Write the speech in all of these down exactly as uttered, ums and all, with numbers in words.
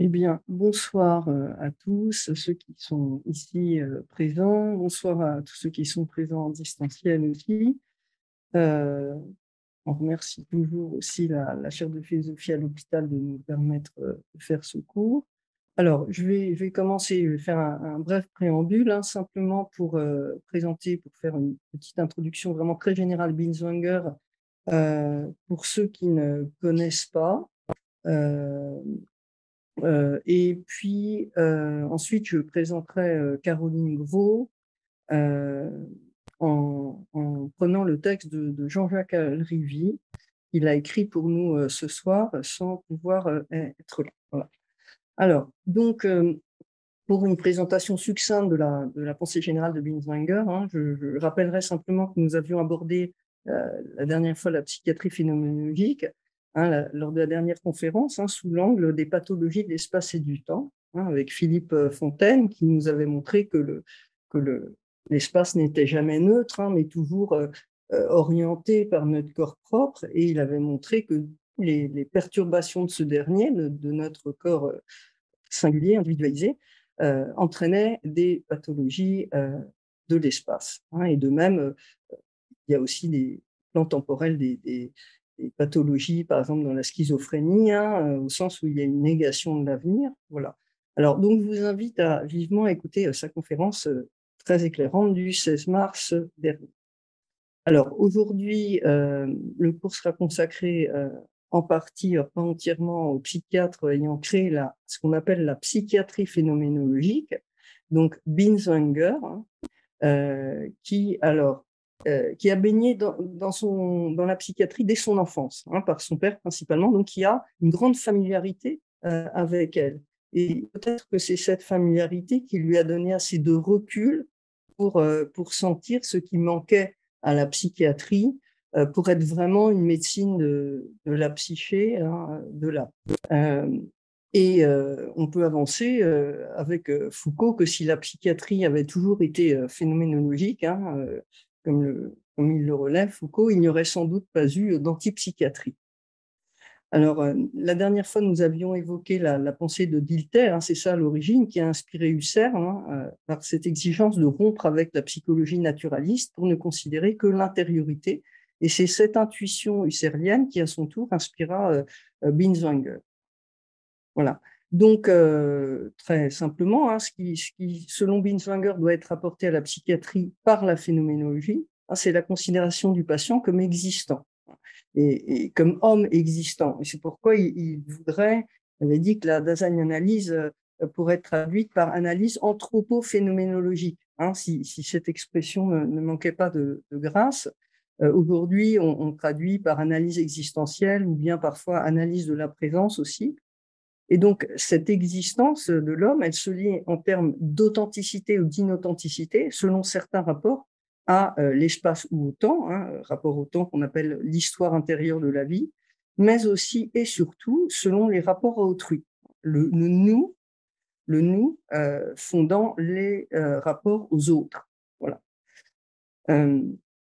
Eh bien, bonsoir euh, à tous ceux qui sont ici euh, présents. Bonsoir à tous ceux qui sont présents en distanciel aussi. Euh, on remercie toujours aussi la, la chaire de philosophie à l'hôpital de nous permettre euh, de faire ce cours. Alors, je vais, je vais commencer, je vais faire un, un bref préambule, hein, simplement pour euh, présenter, pour faire une petite introduction vraiment très générale Binswanger, euh, pour ceux qui ne connaissent pas. Euh, euh, et puis euh, ensuite, je présenterai euh, Caroline Gros euh, en, en prenant le texte de, de Jean-Jacques Alrivy. Il a écrit pour nous euh, ce soir sans pouvoir euh, être là. Voilà. Alors, donc, euh, pour une présentation succincte de la, de la pensée générale de Binswanger, hein, je, je rappellerai simplement que nous avions abordé euh, la dernière fois la psychiatrie phénoménologique, hein, la, lors de la dernière conférence, hein, sous l'angle des pathologies de l'espace et du temps, hein, avec Philippe Fontaine, qui nous avait montré que le, que le, l'espace n'était jamais neutre, hein, mais toujours euh, euh, orienté par notre corps propre, et il avait montré que les, les perturbations de ce dernier, de, de notre corps euh, singulier, individualisé, euh, entraînait des pathologies euh, de l'espace. Hein, et de même, euh, il y a aussi des plans temporels, des, des, des, pathologies, par exemple dans la schizophrénie, hein, euh, au sens où il y a une négation de l'avenir. Voilà. Alors, donc, je vous invite à vivement écouter euh, sa conférence euh, très éclairante du seize mars dernier. Alors, aujourd'hui, euh, le cours sera consacré euh, en partie, pas entièrement, aux psychiatres ayant créé la, ce qu'on appelle la psychiatrie phénoménologique, donc Binswanger, hein, euh, qui, alors, euh, qui a baigné dans, dans, son, dans la psychiatrie dès son enfance, hein, par son père principalement, donc qui a une grande familiarité euh, avec elle. Et peut-être que c'est cette familiarité qui lui a donné assez de recul pour, euh, pour sentir ce qui manquait à la psychiatrie, euh, pour être vraiment une médecine de, de la psyché, hein, de l'âme. Euh, et euh, on peut avancer euh, avec euh, Foucault que si la psychiatrie avait toujours été euh, phénoménologique, hein, euh, comme, le, comme il le relève, Foucault, il n'y aurait sans doute pas eu d'antipsychiatrie. Alors, euh, la dernière fois, nous avions évoqué la, la pensée de Dilthey, hein, c'est ça à l'origine, qui a inspiré Husserl, hein, euh, par cette exigence de rompre avec la psychologie naturaliste pour ne considérer que l'intériorité. Et c'est cette intuition husserlienne qui, à son tour, inspira euh, euh, Binswanger. Voilà. Donc, euh, très simplement, hein, ce, qui, ce qui, selon Binswanger, doit être apporté à la psychiatrie par la phénoménologie, hein, c'est la considération du patient comme existant et, et comme homme existant. Et c'est pourquoi il, il voudrait, il avait dit que la Dasein-analyse euh, pourrait être traduite par analyse anthropo-phénoménologique, hein, si, si cette expression ne, ne manquait pas de, de grâce. Euh, aujourd'hui, on, on traduit par analyse existentielle ou bien parfois analyse de la présence aussi. Et donc, cette existence de l'homme, elle se lie en termes d'authenticité ou d'inauthenticité, selon certains rapports, à euh, l'espace ou au temps, hein, rapport au temps qu'on appelle l'histoire intérieure de la vie, mais aussi et surtout selon les rapports à autrui. Le, le nous, le nous euh, fondant les euh, rapports aux autres. Voilà. Euh,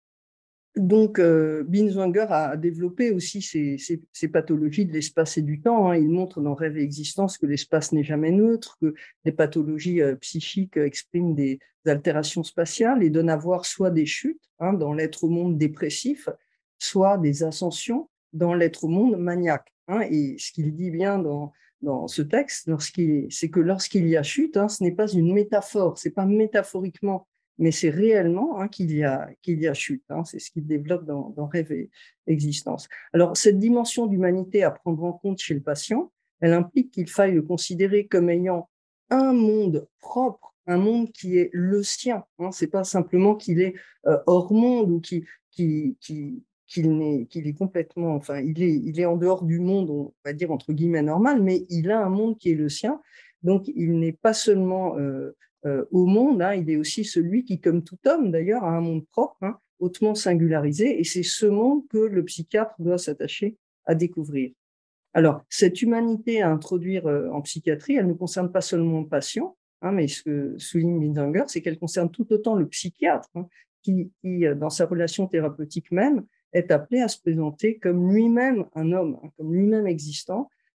Donc, euh, Binswanger a développé aussi ces, ces, ces pathologies de l'espace et du temps, hein. Il montre dans Rêve et Existence que l'espace n'est jamais neutre, que les pathologies euh, psychiques euh, expriment des altérations spatiales et donnent à voir soit des chutes, hein, dans l'être au monde dépressif, soit des ascensions dans l'être au monde maniaque, hein. Et ce qu'il dit bien dans, dans ce texte, lorsqu'il, c'est que lorsqu'il y a chute, hein, ce n'est pas une métaphore, c'est pas métaphoriquement, mais c'est réellement, hein, qu'il y a, qu'il y a chute, hein. C'est ce qu'il développe dans, dans Rêve et Existence. Alors, cette dimension d'humanité à prendre en compte chez le patient, elle implique qu'il faille le considérer comme ayant un monde propre, un monde qui est le sien, hein. C'est pas simplement qu'il est euh, hors monde ou qu'il qui, qui, qu'il n'est, qu'il est complètement, enfin, il est, il est en dehors du monde, on va dire entre guillemets normal, mais il a un monde qui est le sien. Donc, il n'est pas seulement euh, euh, au monde, hein, il est aussi celui qui, comme tout homme d'ailleurs, a un monde propre, hein, hautement singularisé, et c'est ce monde que le psychiatre doit s'attacher à découvrir. Alors, cette humanité à introduire euh, en psychiatrie, elle ne concerne pas seulement le patient, hein, mais ce que souligne Binswanger, c'est qu'elle concerne tout autant le psychiatre, hein, qui, qui, dans sa relation thérapeutique même, est appelé à se présenter comme lui-même un homme, hein, comme lui-même existant,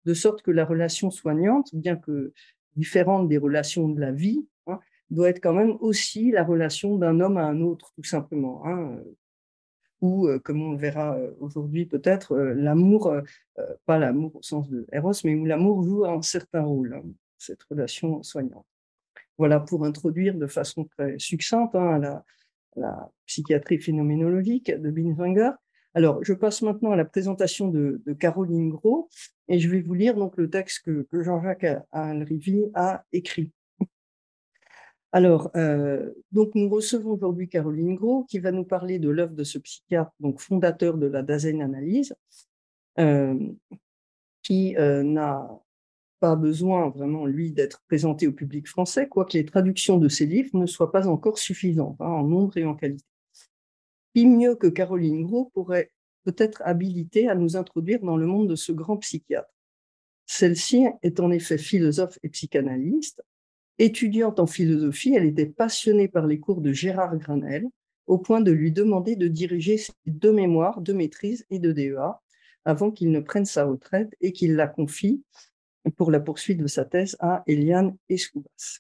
de sorte que la relation soignante, bien que différente des relations de la vie, hein, doit être quand même aussi la relation d'un homme à un autre, tout simplement, hein, ou, euh, comme on le verra euh, aujourd'hui peut-être, euh, l'amour, euh, euh, pas l'amour au sens de Eros, mais où l'amour joue un certain rôle, hein, cette relation soignante. Voilà pour introduire de façon très succincte hein, la, la psychiatrie phénoménologique de Binswanger. Alors, je passe maintenant à la présentation de, de Caroline Gros et je vais vous lire donc le texte que, que Jean-Jacques Alrivy a écrit. Alors, euh, donc nous recevons aujourd'hui Caroline Gros qui va nous parler de l'œuvre de ce psychiatre, donc fondateur de la Dasein-Analyse, euh, qui euh, n'a pas besoin vraiment, lui, d'être présenté au public français, quoique les traductions de ses livres ne soient pas encore suffisantes hein, en nombre et en qualité. Qui mieux que Caroline Gros pourrait peut-être habilitée à nous introduire dans le monde de ce grand psychiatre. Celle-ci est en effet philosophe et psychanalyste. Étudiante en philosophie, elle était passionnée par les cours de Gérard Granel, au point de lui demander de diriger ses deux mémoires de maîtrise et de D E A avant qu'il ne prenne sa retraite et qu'il la confie pour la poursuite de sa thèse à Eliane Escoubas.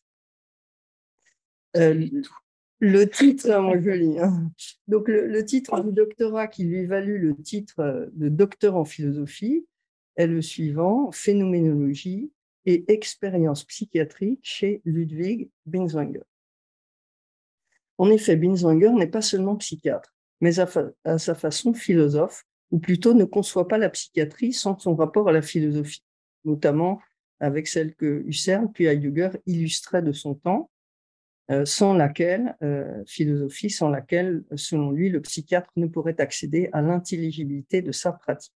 Euh, le titre, moi je lis, hein. Donc le, le titre du doctorat qui lui valut le titre de docteur en philosophie est le suivant, Phénoménologie et expérience psychiatrique chez Ludwig Binswanger. En effet, Binswanger n'est pas seulement psychiatre, mais à, fa à sa façon philosophe, ou plutôt ne conçoit pas la psychiatrie sans son rapport à la philosophie, notamment avec celle que Husserl puis Heidegger illustraient de son temps, euh, sans laquelle, euh, philosophie, sans laquelle, selon lui, le psychiatre ne pourrait accéder à l'intelligibilité de sa pratique.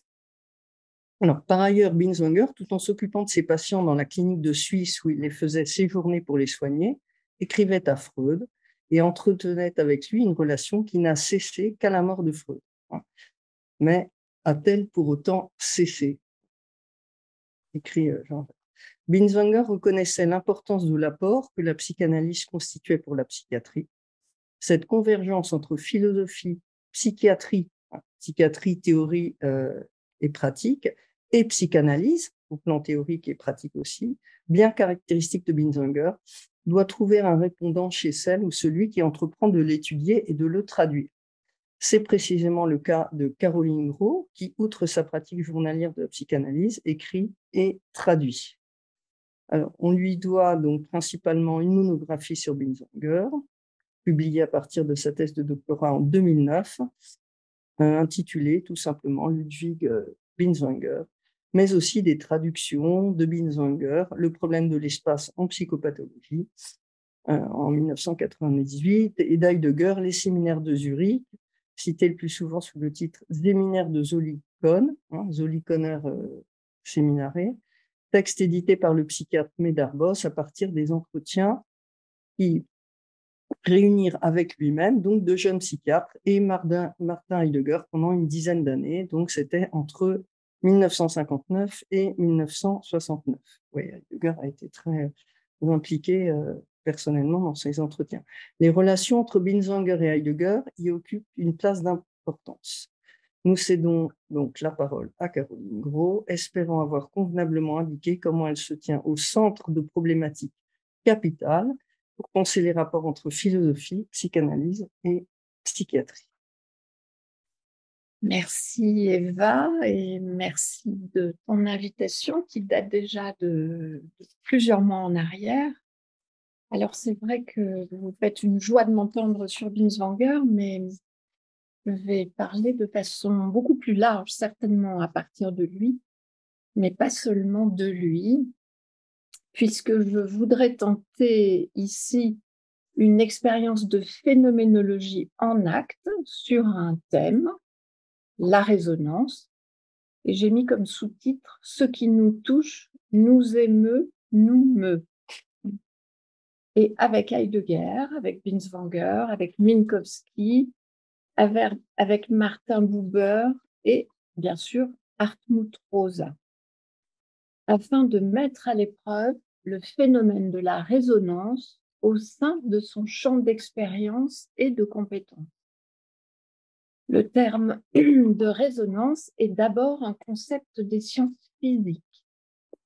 Alors, par ailleurs, Binswanger, tout en s'occupant de ses patients dans la clinique de Suisse où il les faisait séjourner pour les soigner, écrivait à Freud et entretenait avec lui une relation qui n'a cessé qu'à la mort de Freud. Mais a-t-elle pour autant cessé? Écrit Jean. Binswanger reconnaissait l'importance de l'apport que la psychanalyse constituait pour la psychiatrie. Cette convergence entre philosophie, psychiatrie, psychiatrie, théorie euh, et pratique, et psychanalyse, au plan théorique et pratique aussi, bien caractéristique de Binswanger, doit trouver un répondant chez celle ou celui qui entreprend de l'étudier et de le traduire. C'est précisément le cas de Caroline Gros, qui, outre sa pratique journalière de la psychanalyse, écrit et traduit. Alors, on lui doit donc principalement une monographie sur Binswanger, publiée à partir de sa thèse de doctorat en deux mille neuf, euh, intitulée tout simplement Ludwig euh, Binswanger, mais aussi des traductions de Binswanger, Le problème de l'espace en psychopathologie, euh, en mille neuf cent quatre-vingt-dix-huit, et d'Heidegger, Les séminaires de Zurich, cité le plus souvent sous le titre Séminaire de Zolikon, hein, Zolikoner euh, Séminare, texte édité par le psychiatre Medarbos à partir des entretiens qui réunir avec lui-même donc deux jeunes psychiatres et Martin, Martin Heidegger pendant une dizaine d'années. Donc c'était entre mille neuf cent cinquante-neuf et mille neuf cent soixante-neuf. Oui, Heidegger a été très impliqué euh, personnellement dans ces entretiens. Les relations entre Binswanger et Heidegger y occupent une place d'importance. Nous cédons donc la parole à Caroline Gros, espérant avoir convenablement indiqué comment elle se tient au centre de problématiques capitales pour penser les rapports entre philosophie, psychanalyse et psychiatrie. Merci Eva et merci de ton invitation qui date déjà de, de plusieurs mois en arrière. Alors c'est vrai que vous faites une joie de m'entendre sur Binswanger, mais je vais parler de façon beaucoup plus large, certainement à partir de lui, mais pas seulement de lui, puisque je voudrais tenter ici une expérience de phénoménologie en acte sur un thème, la résonance, et j'ai mis comme sous-titre « Ce qui nous touche, nous émeut, nous meut ». Et avec Heidegger, avec Binswanger, avec Minkowski, avec, avec Martin Buber et bien sûr Hartmut Rosa, afin de mettre à l'épreuve le phénomène de la résonance au sein de son champ d'expérience et de compétence. Le terme de résonance est d'abord un concept des sciences physiques.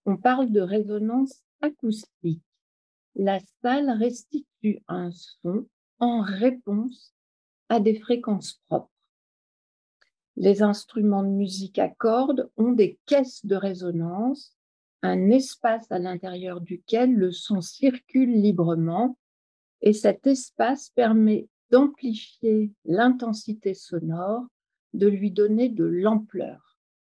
on parle de résonance acoustique. La salle restitue un son en réponse à des fréquences propres. Les instruments de musique à cordes ont des caisses de résonance, un espace à l'intérieur duquel le son circule librement, et cet espace permet d'amplifier l'intensité sonore, de lui donner de l'ampleur.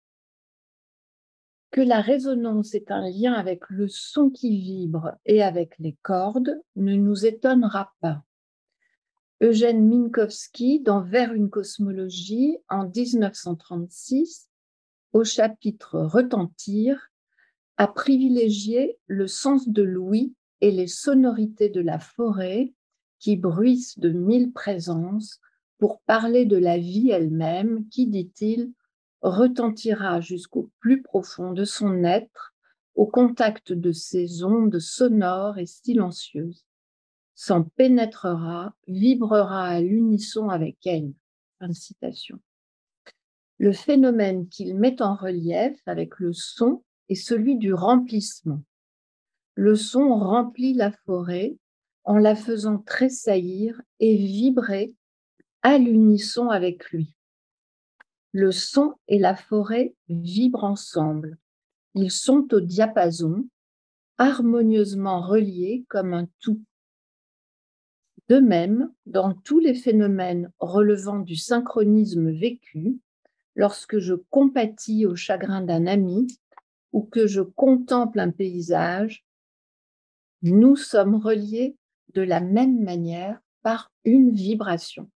Que la résonance est un lien avec le son qui vibre et avec les cordes ne nous étonnera pas. Eugène Minkowski, dans Vers une cosmologie, en mille neuf cent trente-six, au chapitre Retentir, a privilégié le sens de l'ouïe et les sonorités de la forêt qui bruissent de mille présences pour parler de la vie elle-même qui, dit-il, retentira jusqu'au plus profond de son être au contact de ces ondes sonores et silencieuses, s'en pénétrera, vibrera à l'unisson avec elle. Fin de citation. Le phénomène qu'il met en relief avec le son est celui du remplissement. Le son remplit la forêt en la faisant tressaillir et vibrer à l'unisson avec lui. Le son et la forêt vibrent ensemble. Ils sont au diapason, harmonieusement reliés comme un tout. De même, dans tous les phénomènes relevant du synchronisme vécu, lorsque je compatis au chagrin d'un ami ou que je contemple un paysage, nous sommes reliés de la même manière par une vibration.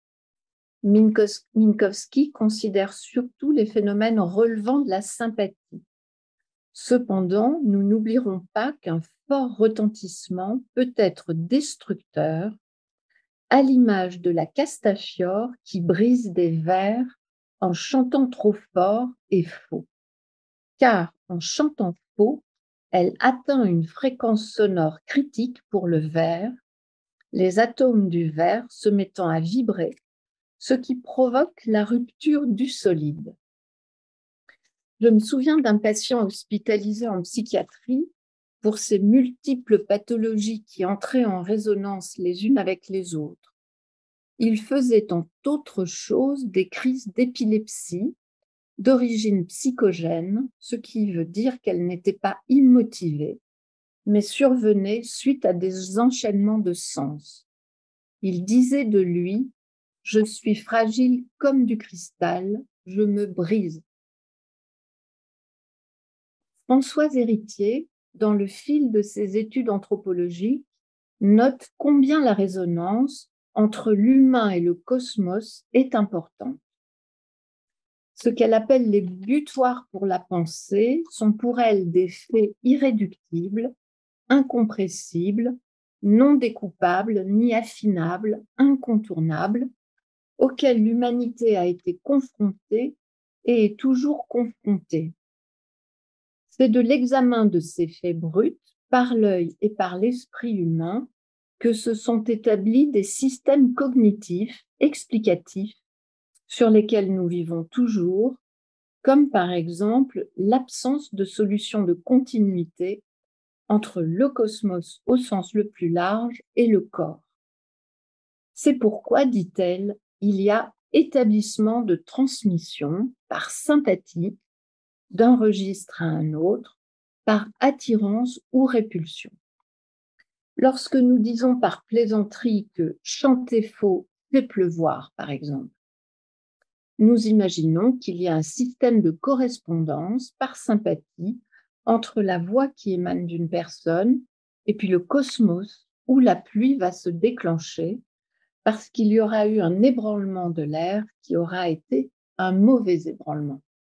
Minkowski considère surtout les phénomènes relevant de la sympathie. Cependant, nous n'oublierons pas qu'un fort retentissement peut être destructeur, à l'image de la castafiore qui brise des vers en chantant trop fort et faux. Car en chantant faux, elle atteint une fréquence sonore critique pour le verre, les atomes du verre se mettant à vibrer, ce qui provoque la rupture du solide. Je me souviens d'un patient hospitalisé en psychiatrie pour ses multiples pathologies qui entraient en résonance les unes avec les autres. Il faisait entre autres choses des crises d'épilepsie d'origine psychogène, ce qui veut dire qu'elles n'étaient pas immotivées, mais survenaient suite à des enchaînements de sens. Il disait de lui « Je suis fragile comme du cristal, je me brise ». François Héritier, dans le fil de ses études anthropologiques, note combien la résonance entre l'humain et le cosmos est importante. Ce qu'elle appelle les butoirs pour la pensée sont pour elle des faits irréductibles, incompressibles, non découpables ni affinables, incontournables, auxquels l'humanité a été confrontée et est toujours confrontée. C'est de l'examen de ces faits bruts, par l'œil et par l'esprit humain, que se sont établis des systèmes cognitifs, explicatifs, sur lesquels nous vivons toujours, comme par exemple l'absence de solution de continuité entre le cosmos au sens le plus large et le corps. C'est pourquoi, dit-elle, il y a établissement de transmission par sympathie d'un registre à un autre, par attirance ou répulsion. Lorsque nous disons par plaisanterie que chanter faux fait pleuvoir, par exemple, nous imaginons qu'il y a un système de correspondance par sympathie entre la voix qui émane d'une personne et puis le cosmos où la pluie va se déclencher parce qu'il y aura eu un ébranlement de l'air qui aura été un mauvais ébranlement.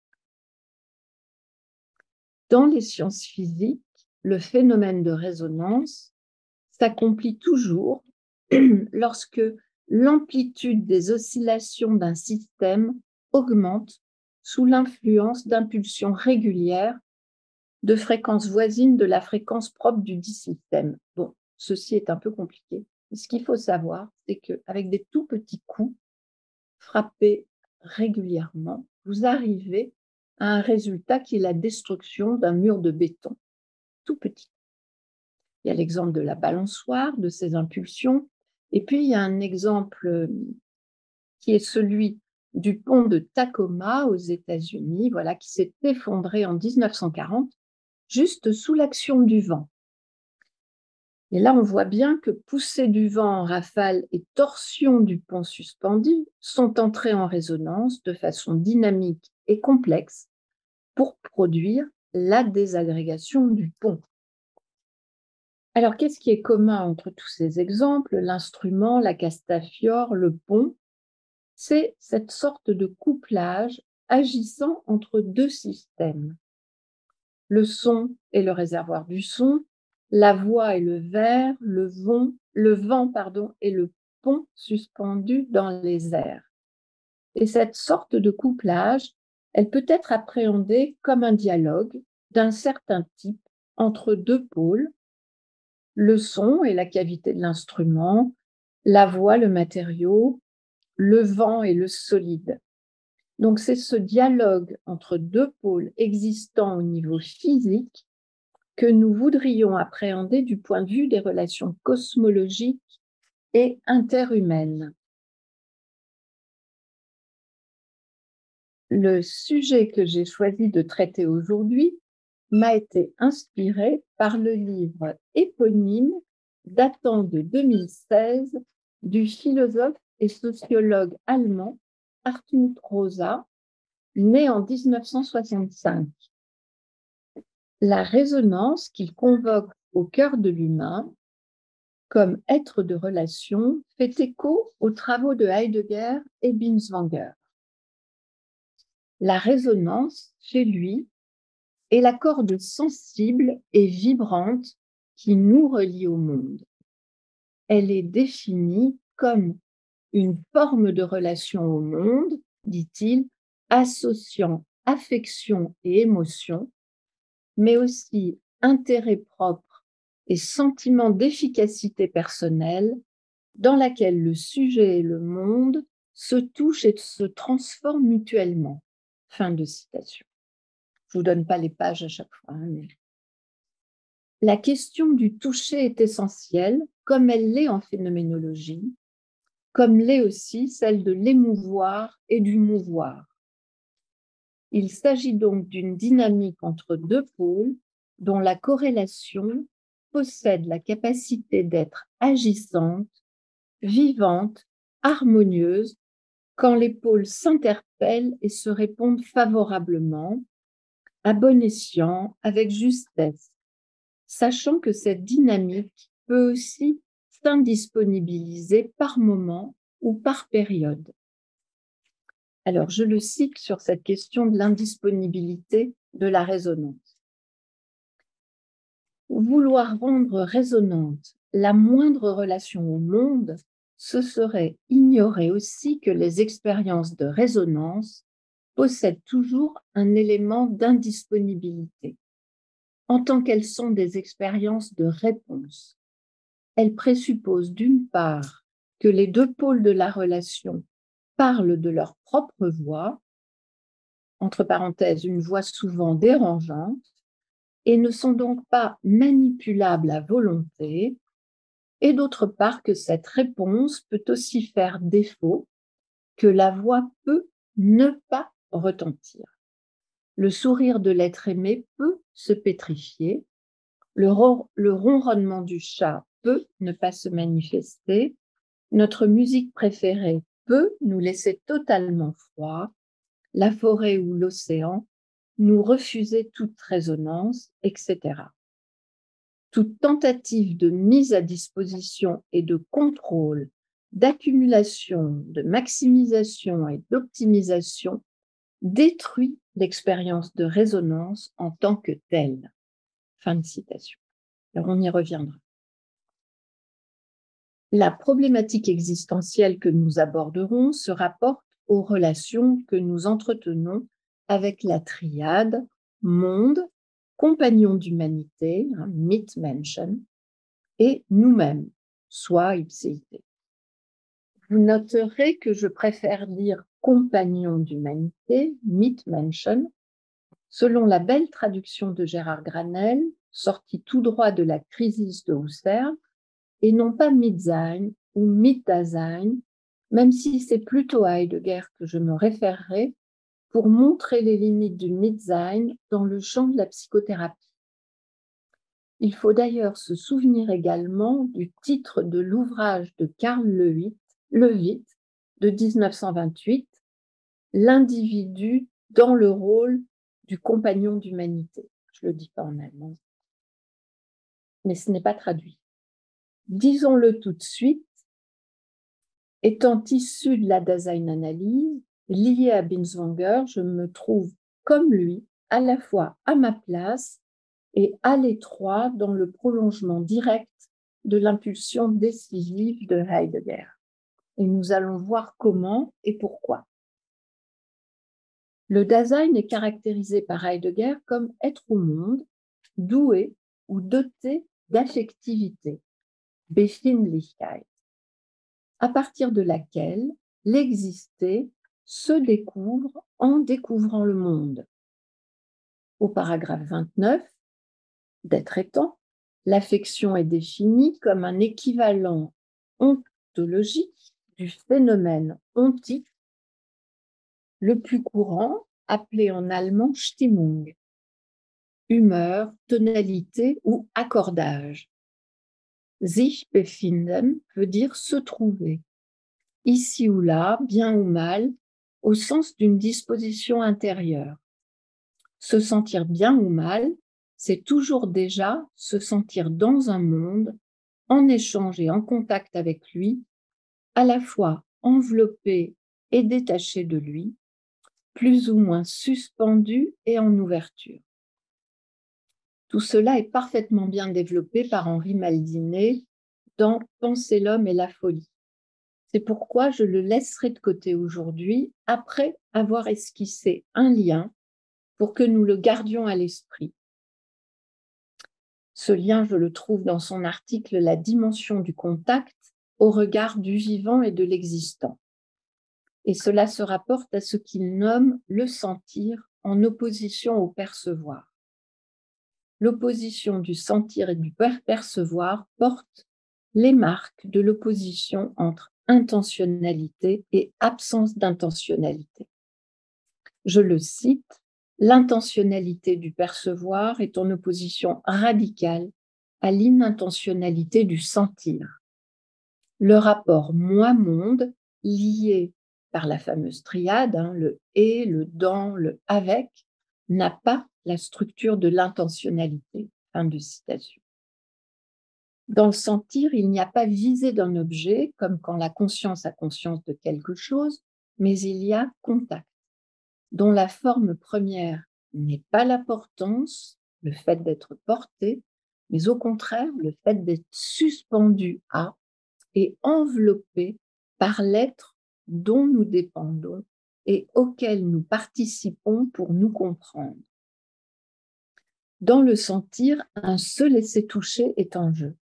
Dans les sciences physiques, le phénomène de résonance s'accomplit toujours lorsque l'amplitude des oscillations d'un système augmente sous l'influence d'impulsions régulières de fréquences voisines de la fréquence propre du dit système. Bon, ceci est un peu compliqué. Mais ce qu'il faut savoir, c'est qu'avec des tout petits coups frappés régulièrement, vous arrivez à un résultat qui est la destruction d'un mur de béton tout petit. Il y a l'exemple de la balançoire, de ses impulsions, et puis il y a un exemple qui est celui du pont de Tacoma aux États-Unis, voilà, qui s'est effondré en mille neuf cent quarante, juste sous l'action du vent. Et là, on voit bien que poussée du vent en rafale et torsion du pont suspendu sont entrés en résonance de façon dynamique et complexe pour produire la désagrégation du pont. Alors, qu'est-ce qui est commun entre tous ces exemples, l'instrument, la castafiore, le pont? C'est cette sorte de couplage agissant entre deux systèmes. Le son et le réservoir du son, la voix et le verre, le vent, le vent pardon, et le pont suspendu dans les airs. Et cette sorte de couplage, elle peut être appréhendée comme un dialogue d'un certain type entre deux pôles, le son et la cavité de l'instrument, la voix, le matériau, le vent et le solide. Donc, c'est ce dialogue entre deux pôles existants au niveau physique que nous voudrions appréhender du point de vue des relations cosmologiques et interhumaines. Le sujet que j'ai choisi de traiter aujourd'hui m'a été inspiré par le livre éponyme datant de deux mille seize du philosophe et sociologue allemand Hartmut Rosa, né en mille neuf cent soixante-cinq. La résonance qu'il convoque au cœur de l'humain comme être de relation fait écho aux travaux de Heidegger et Binswanger. La résonance, chez lui, est la corde sensible et vibrante qui nous relie au monde. Elle est définie comme une forme de relation au monde, dit-il, associant affection et émotion, mais aussi intérêt propre et sentiment d'efficacité personnelle, dans laquelle le sujet et le monde se touchent et se transforment mutuellement. Fin de citation. Je ne vous donne pas les pages à chaque fois. Hein, mais... La question du toucher est essentielle, comme elle l'est en phénoménologie, comme l'est aussi celle de l'émouvoir et du mouvoir. Il s'agit donc d'une dynamique entre deux pôles dont la corrélation possède la capacité d'être agissante, vivante, harmonieuse, quand les pôles s'interpellent et se répondent favorablement, à bon escient, avec justesse, sachant que cette dynamique peut aussi s'indisponibiliser par moment ou par période. Alors, je le cite sur cette question de l'indisponibilité de la résonance. Vouloir rendre résonante la moindre relation au monde, ce serait ignorer aussi que les expériences de résonance possèdent toujours un élément d'indisponibilité, en tant qu'elles sont des expériences de réponse. Elles présupposent d'une part que les deux pôles de la relation parlent de leur propre voix, entre parenthèses, une voix souvent dérangeante, et ne sont donc pas manipulables à volonté, et d'autre part que cette réponse peut aussi faire défaut, que la voix peut ne pas retentir. Le sourire de l'être aimé peut se pétrifier, le, ron- le ronronnement du chat peut ne pas se manifester, notre musique préférée peut nous laisser totalement froid, la forêt ou l'océan nous refuser toute résonance, et cetera. Toute tentative de mise à disposition et de contrôle, d'accumulation, de maximisation et d'optimisation détruit l'expérience de résonance en tant que telle. Fin de citation. Alors on y reviendra. La problématique existentielle que nous aborderons se rapporte aux relations que nous entretenons avec la triade monde, compagnon d'humanité, hein, Mitmenschen, et nous-mêmes, soi ipséité. Vous noterez que je préfère dire compagnon d'humanité, Mitmenschen, Selon la belle traduction de Gérard Granel, sortie tout droit de la Crisis de Husserl, et non pas Mitsein ou Mitdasein, même si c'est plutôt à Heidegger que je me référerai pour montrer les limites du Mitsein dans le champ de la psychothérapie. Il faut d'ailleurs se souvenir également du titre de l'ouvrage de Karl Lewitt de mille neuf cent vingt-huit, L'individu dans le rôle du compagnon d'humanité. Je ne le dis pas en allemand, mais ce n'est pas traduit. Disons-le tout de suite, étant issu de la Dasein-Analyse, lié à Binswanger, je me trouve comme lui, à la fois à ma place et à l'étroit dans le prolongement direct de l'impulsion décisive de Heidegger. Et nous allons voir comment et pourquoi. Le Dasein est caractérisé par Heidegger comme être au monde, doué ou doté d'affectivité, Befindlichkeit, à partir de laquelle l'exister se découvre en découvrant le monde. Au paragraphe vingt-neuf, d'être étant, l'affection est définie comme un équivalent ontologique du phénomène ontique, le plus courant, appelé en allemand Stimmung, humeur, tonalité ou accordage. Sich befinden veut dire se trouver, ici ou là, bien ou mal, au sens d'une disposition intérieure. Se sentir bien ou mal, c'est toujours déjà se sentir dans un monde, en échange et en contact avec lui, à la fois enveloppé et détaché de lui, plus ou moins suspendu et en ouverture. Tout cela est parfaitement bien développé par Henri Maldinet dans Penser l'homme et la folie. C'est pourquoi je le laisserai de côté aujourd'hui, après avoir esquissé un lien pour que nous le gardions à l'esprit. Ce lien, je le trouve dans son article « La dimension du contact au regard du vivant et de l'existant ». Et cela se rapporte à ce qu'il nomme le sentir en opposition au percevoir. L'opposition du sentir et du percevoir porte les marques de l'opposition entre intentionnalité et absence d'intentionnalité. Je le cite, l'intentionnalité du percevoir est en opposition radicale à l'inintentionnalité du sentir. Le rapport moi-monde, lié par la fameuse triade, hein, le et, le dans, le avec, n'a pas la structure de l'intentionnalité. Fin de citation. Dans le sentir, il n'y a pas visée d'un objet, comme quand la conscience a conscience de quelque chose, mais il y a contact, dont la forme première n'est pas la portance, le fait d'être porté, mais au contraire, le fait d'être suspendu à et enveloppé par l'être dont nous dépendons et auquel nous participons pour nous comprendre. Dans le sentir, un se laisser toucher est en jeu.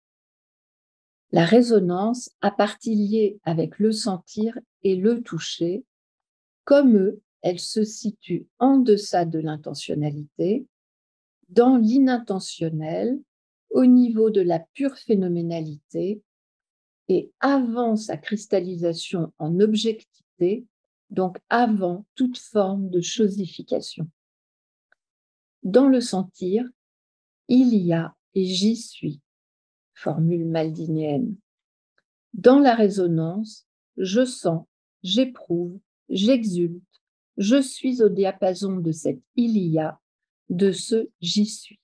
La résonance, à partie liée avec le sentir et le toucher, comme eux, elle se situe en deçà de l'intentionnalité, dans l'inintentionnel, au niveau de la pure phénoménalité et avant sa cristallisation en objectivité, donc avant toute forme de chosification. Dans le sentir, il y a et j'y suis, formule maldinéenne. Dans la résonance, je sens, j'éprouve, j'exulte, je suis au diapason de cet il y a, de ce j'y suis.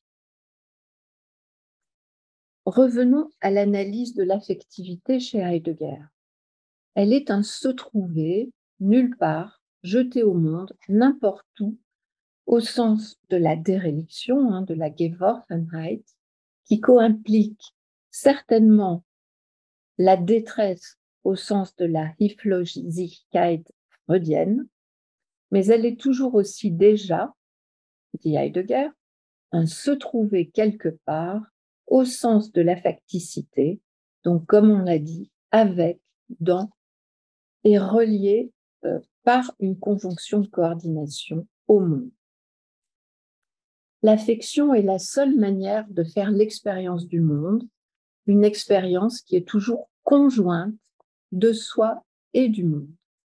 Revenons à l'analyse de l'affectivité chez Heidegger. Elle est un se trouver, nulle part, jeté au monde, n'importe où, au sens de la déréliction, hein, de la Geworfenheit, qui co-implique certainement la détresse au sens de la Hilflosigkeit freudienne, mais elle est toujours aussi déjà, dit Heidegger, un se trouver quelque part au sens de la facticité, donc comme on l'a dit, avec, dans, et relié euh, par une conjonction de coordination au monde. L'affection est la seule manière de faire l'expérience du monde, une expérience qui est toujours conjointe de soi et du monde.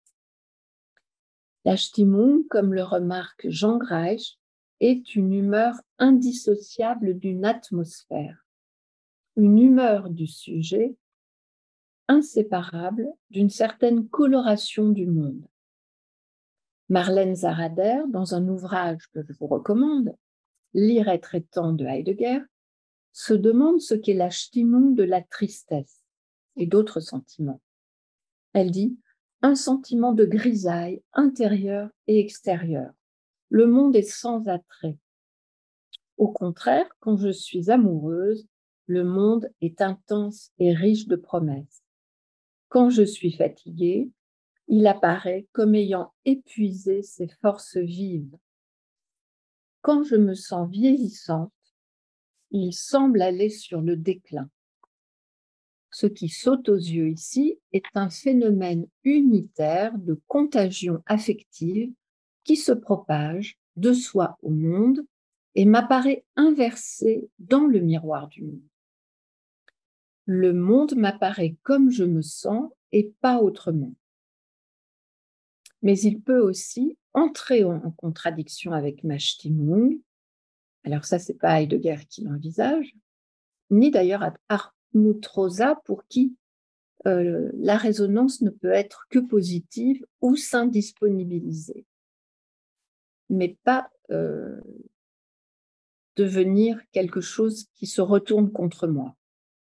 La Stimmung, comme le remarque Jean Greisch, est une humeur indissociable d'une atmosphère, une humeur du sujet inséparable d'une certaine coloration du monde. Marlène Zarader, dans un ouvrage que je vous recommande, Lire et traitant de Heidegger, se demande ce qu'est la Stimmung de la tristesse et d'autres sentiments. Elle dit « un sentiment de grisaille intérieur et extérieur. Le monde est sans attrait. Au contraire, quand je suis amoureuse, le monde est intense et riche de promesses. Quand je suis fatiguée, il apparaît comme ayant épuisé ses forces vives. Quand je me sens vieillissante, il semble aller sur le déclin. Ce qui saute aux yeux ici est un phénomène unitaire de contagion affective qui se propage de soi au monde et m'apparaît inversé dans le miroir du monde. Le monde m'apparaît comme je me sens et pas autrement. Mais il peut aussi entrer en contradiction avec ma Stimmung. Alors ça, c'est pas Heidegger qui l'envisage, ni d'ailleurs Hartmut Rosa, pour qui euh, la résonance ne peut être que positive ou s'indisponibiliser, mais pas euh, devenir quelque chose qui se retourne contre moi.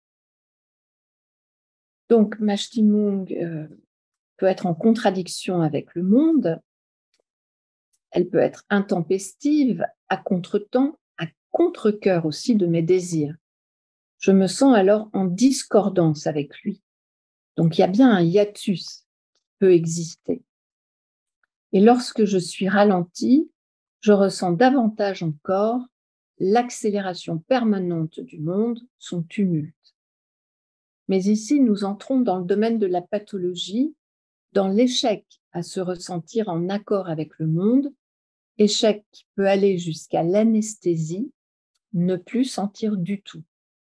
Donc, ma Stimmung euh, peut être en contradiction avec le monde, elle peut être intempestive, à contre-temps, à contre-cœur aussi de mes désirs. Je me sens alors en discordance avec lui. Donc, il y a bien un hiatus qui peut exister. Et lorsque je suis ralentie, je ressens davantage encore l'accélération permanente du monde, son tumulte. Mais ici, nous entrons dans le domaine de la pathologie, dans l'échec à se ressentir en accord avec le monde, échec qui peut aller jusqu'à l'anesthésie, ne plus sentir du tout.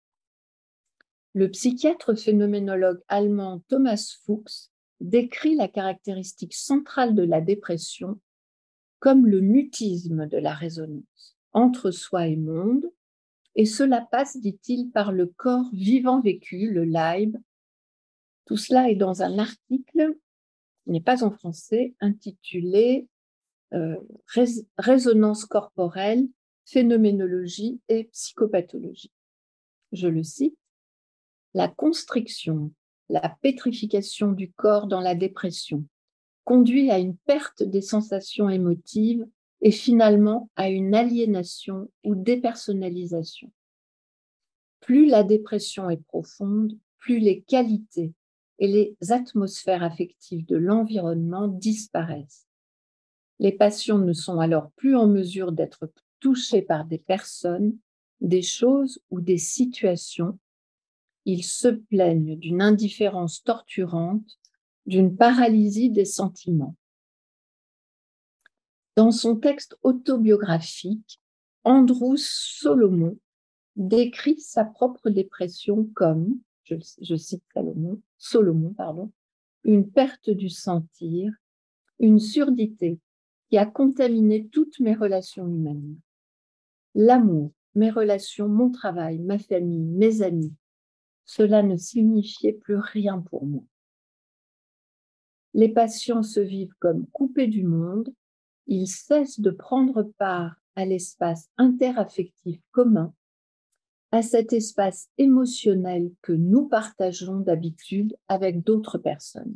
Le psychiatre phénoménologue allemand Thomas Fuchs décrit la caractéristique centrale de la dépression comme le mutisme de la résonance entre soi et monde, et cela passe, dit-il, par le corps vivant vécu, le Leib. Tout cela est dans un article, qui n'est pas en français, intitulé euh, Rés- Résonance corporelle, phénoménologie et psychopathologie. Je le cite. La constriction, la pétrification du corps dans la dépression conduit à une perte des sensations émotives et finalement à une aliénation ou dépersonnalisation. Plus la dépression est profonde, plus les qualités et les atmosphères affectives de l'environnement disparaissent. Les patients ne sont alors plus en mesure d'être touchés par des personnes, des choses ou des situations. Ils se plaignent d'une indifférence torturante, d'une paralysie des sentiments. Dans son texte autobiographique, Andrew Solomon décrit sa propre dépression comme, je, je cite Salomon, Solomon, pardon, une perte du sentir, une surdité qui a contaminé toutes mes relations humaines. L'amour, mes relations, mon travail, ma famille, mes amis, cela ne signifiait plus rien pour moi. Les patients se vivent comme coupés du monde, ils cessent de prendre part à l'espace interaffectif commun, à cet espace émotionnel que nous partageons d'habitude avec d'autres personnes.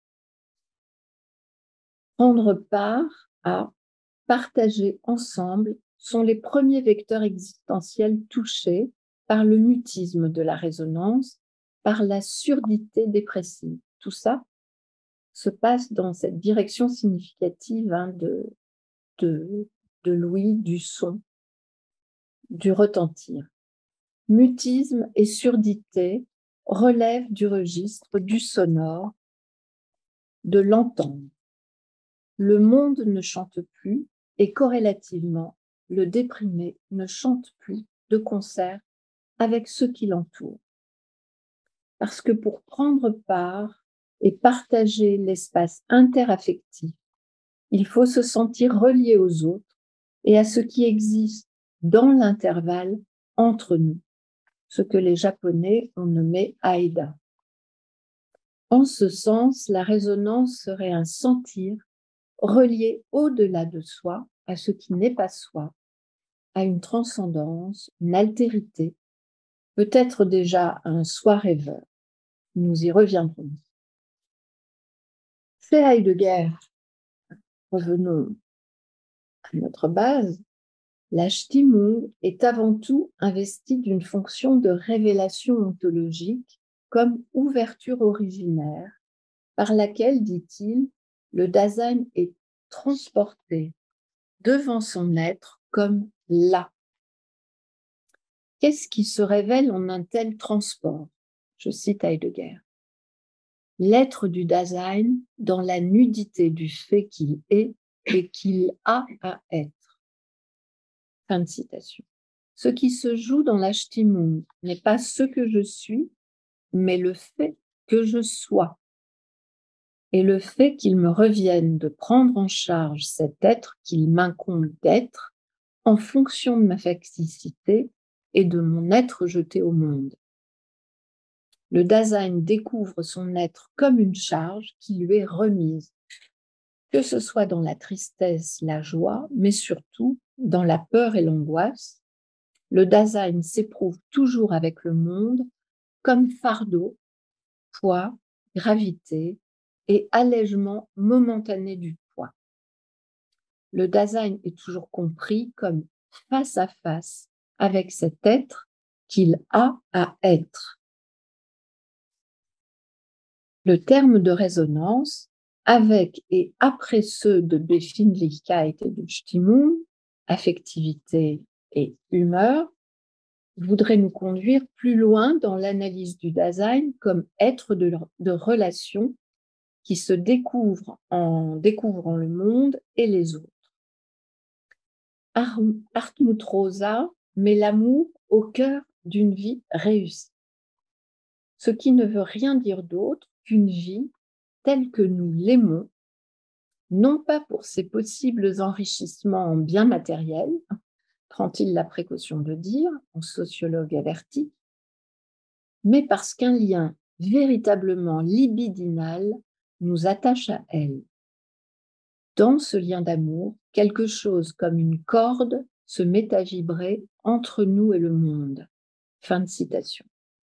Prendre part à partager ensemble sont les premiers vecteurs existentiels touchés par le mutisme de la résonance, par la surdité dépressive. Tout ça se passe dans cette direction significative hein, de, de, de l'ouïe, du son, du retentir. Mutisme et surdité relèvent du registre du sonore, de l'entendre. Le monde ne chante plus et corrélativement, le déprimé ne chante plus de concert avec ceux qui l'entourent. Parce que pour prendre part et partager l'espace interaffectif, il faut se sentir relié aux autres et à ce qui existe dans l'intervalle entre nous, ce que les Japonais ont nommé Aida. En ce sens, la résonance serait un sentir relié au-delà de soi, à ce qui n'est pas soi, à une transcendance, une altérité, peut-être déjà un soi rêveur. Nous y reviendrons. C'est Heidegger. Revenons à notre base. La Stimmung est avant tout investie d'une fonction de révélation ontologique comme ouverture originaire, par laquelle, dit-il, le Dasein est transporté devant son être comme là. Qu'est-ce qui se révèle en un tel transport? Je cite Heidegger. L'être du Dasein dans la nudité du fait qu'il est et qu'il a à être. Fin de citation. Ce qui se joue dans la Stimmung n'est pas ce que je suis, mais le fait que je sois. Et le fait qu'il me revienne de prendre en charge cet être qu'il m'incombe d'être en fonction de ma facticité et de mon être jeté au monde. Le Dasein découvre son être comme une charge qui lui est remise, que ce soit dans la tristesse, la joie, mais surtout dans la peur et l'angoisse. Le Dasein s'éprouve toujours avec le monde comme fardeau, poids, gravité et allègement momentané du poids. Le Dasein est toujours compris comme face à face avec cet être qu'il a à être. Le terme de résonance, avec et après ceux de Befindlichkeit et de Stimmung, affectivité et humeur, voudrait nous conduire plus loin dans l'analyse du Dasein comme être de, de relation qui se découvre en découvrant le monde et les autres. Hartmut Rosa met l'amour au cœur d'une vie réussie, ce qui ne veut rien dire d'autre qu'une vie telle que nous l'aimons, non pas pour ses possibles enrichissements en biens matériels, prend-il la précaution de dire, en sociologue averti, mais parce qu'un lien véritablement libidinal nous attache à elle. Dans ce lien d'amour, quelque chose comme une corde se met à vibrer entre nous et le monde. Fin de citation.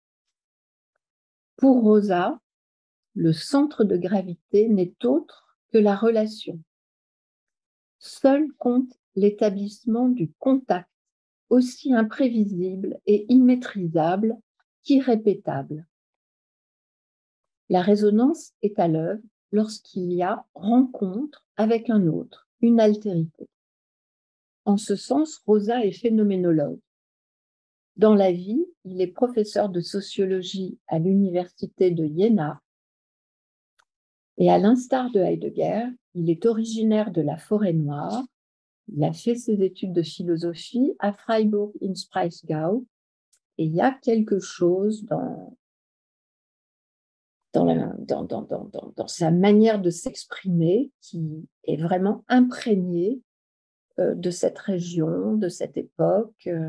Pour Rosa, le centre de gravité n'est autre que la relation. Seul compte l'établissement du contact, aussi imprévisible et immaîtrisable qu'irrépétable. La résonance est à l'œuvre lorsqu'il y a rencontre avec un autre, une altérité. En ce sens, Rosa est phénoménologue. Dans la vie, il est professeur de sociologie à l'université de Iéna et à l'instar de Heidegger, il est originaire de la Forêt-Noire. Il a fait ses études de philosophie à Freiburg-in-Spreisgau et il y a quelque chose dans, dans, la, dans, dans, dans, dans, dans sa manière de s'exprimer qui est vraiment imprégné euh, de cette région, de cette époque. Euh,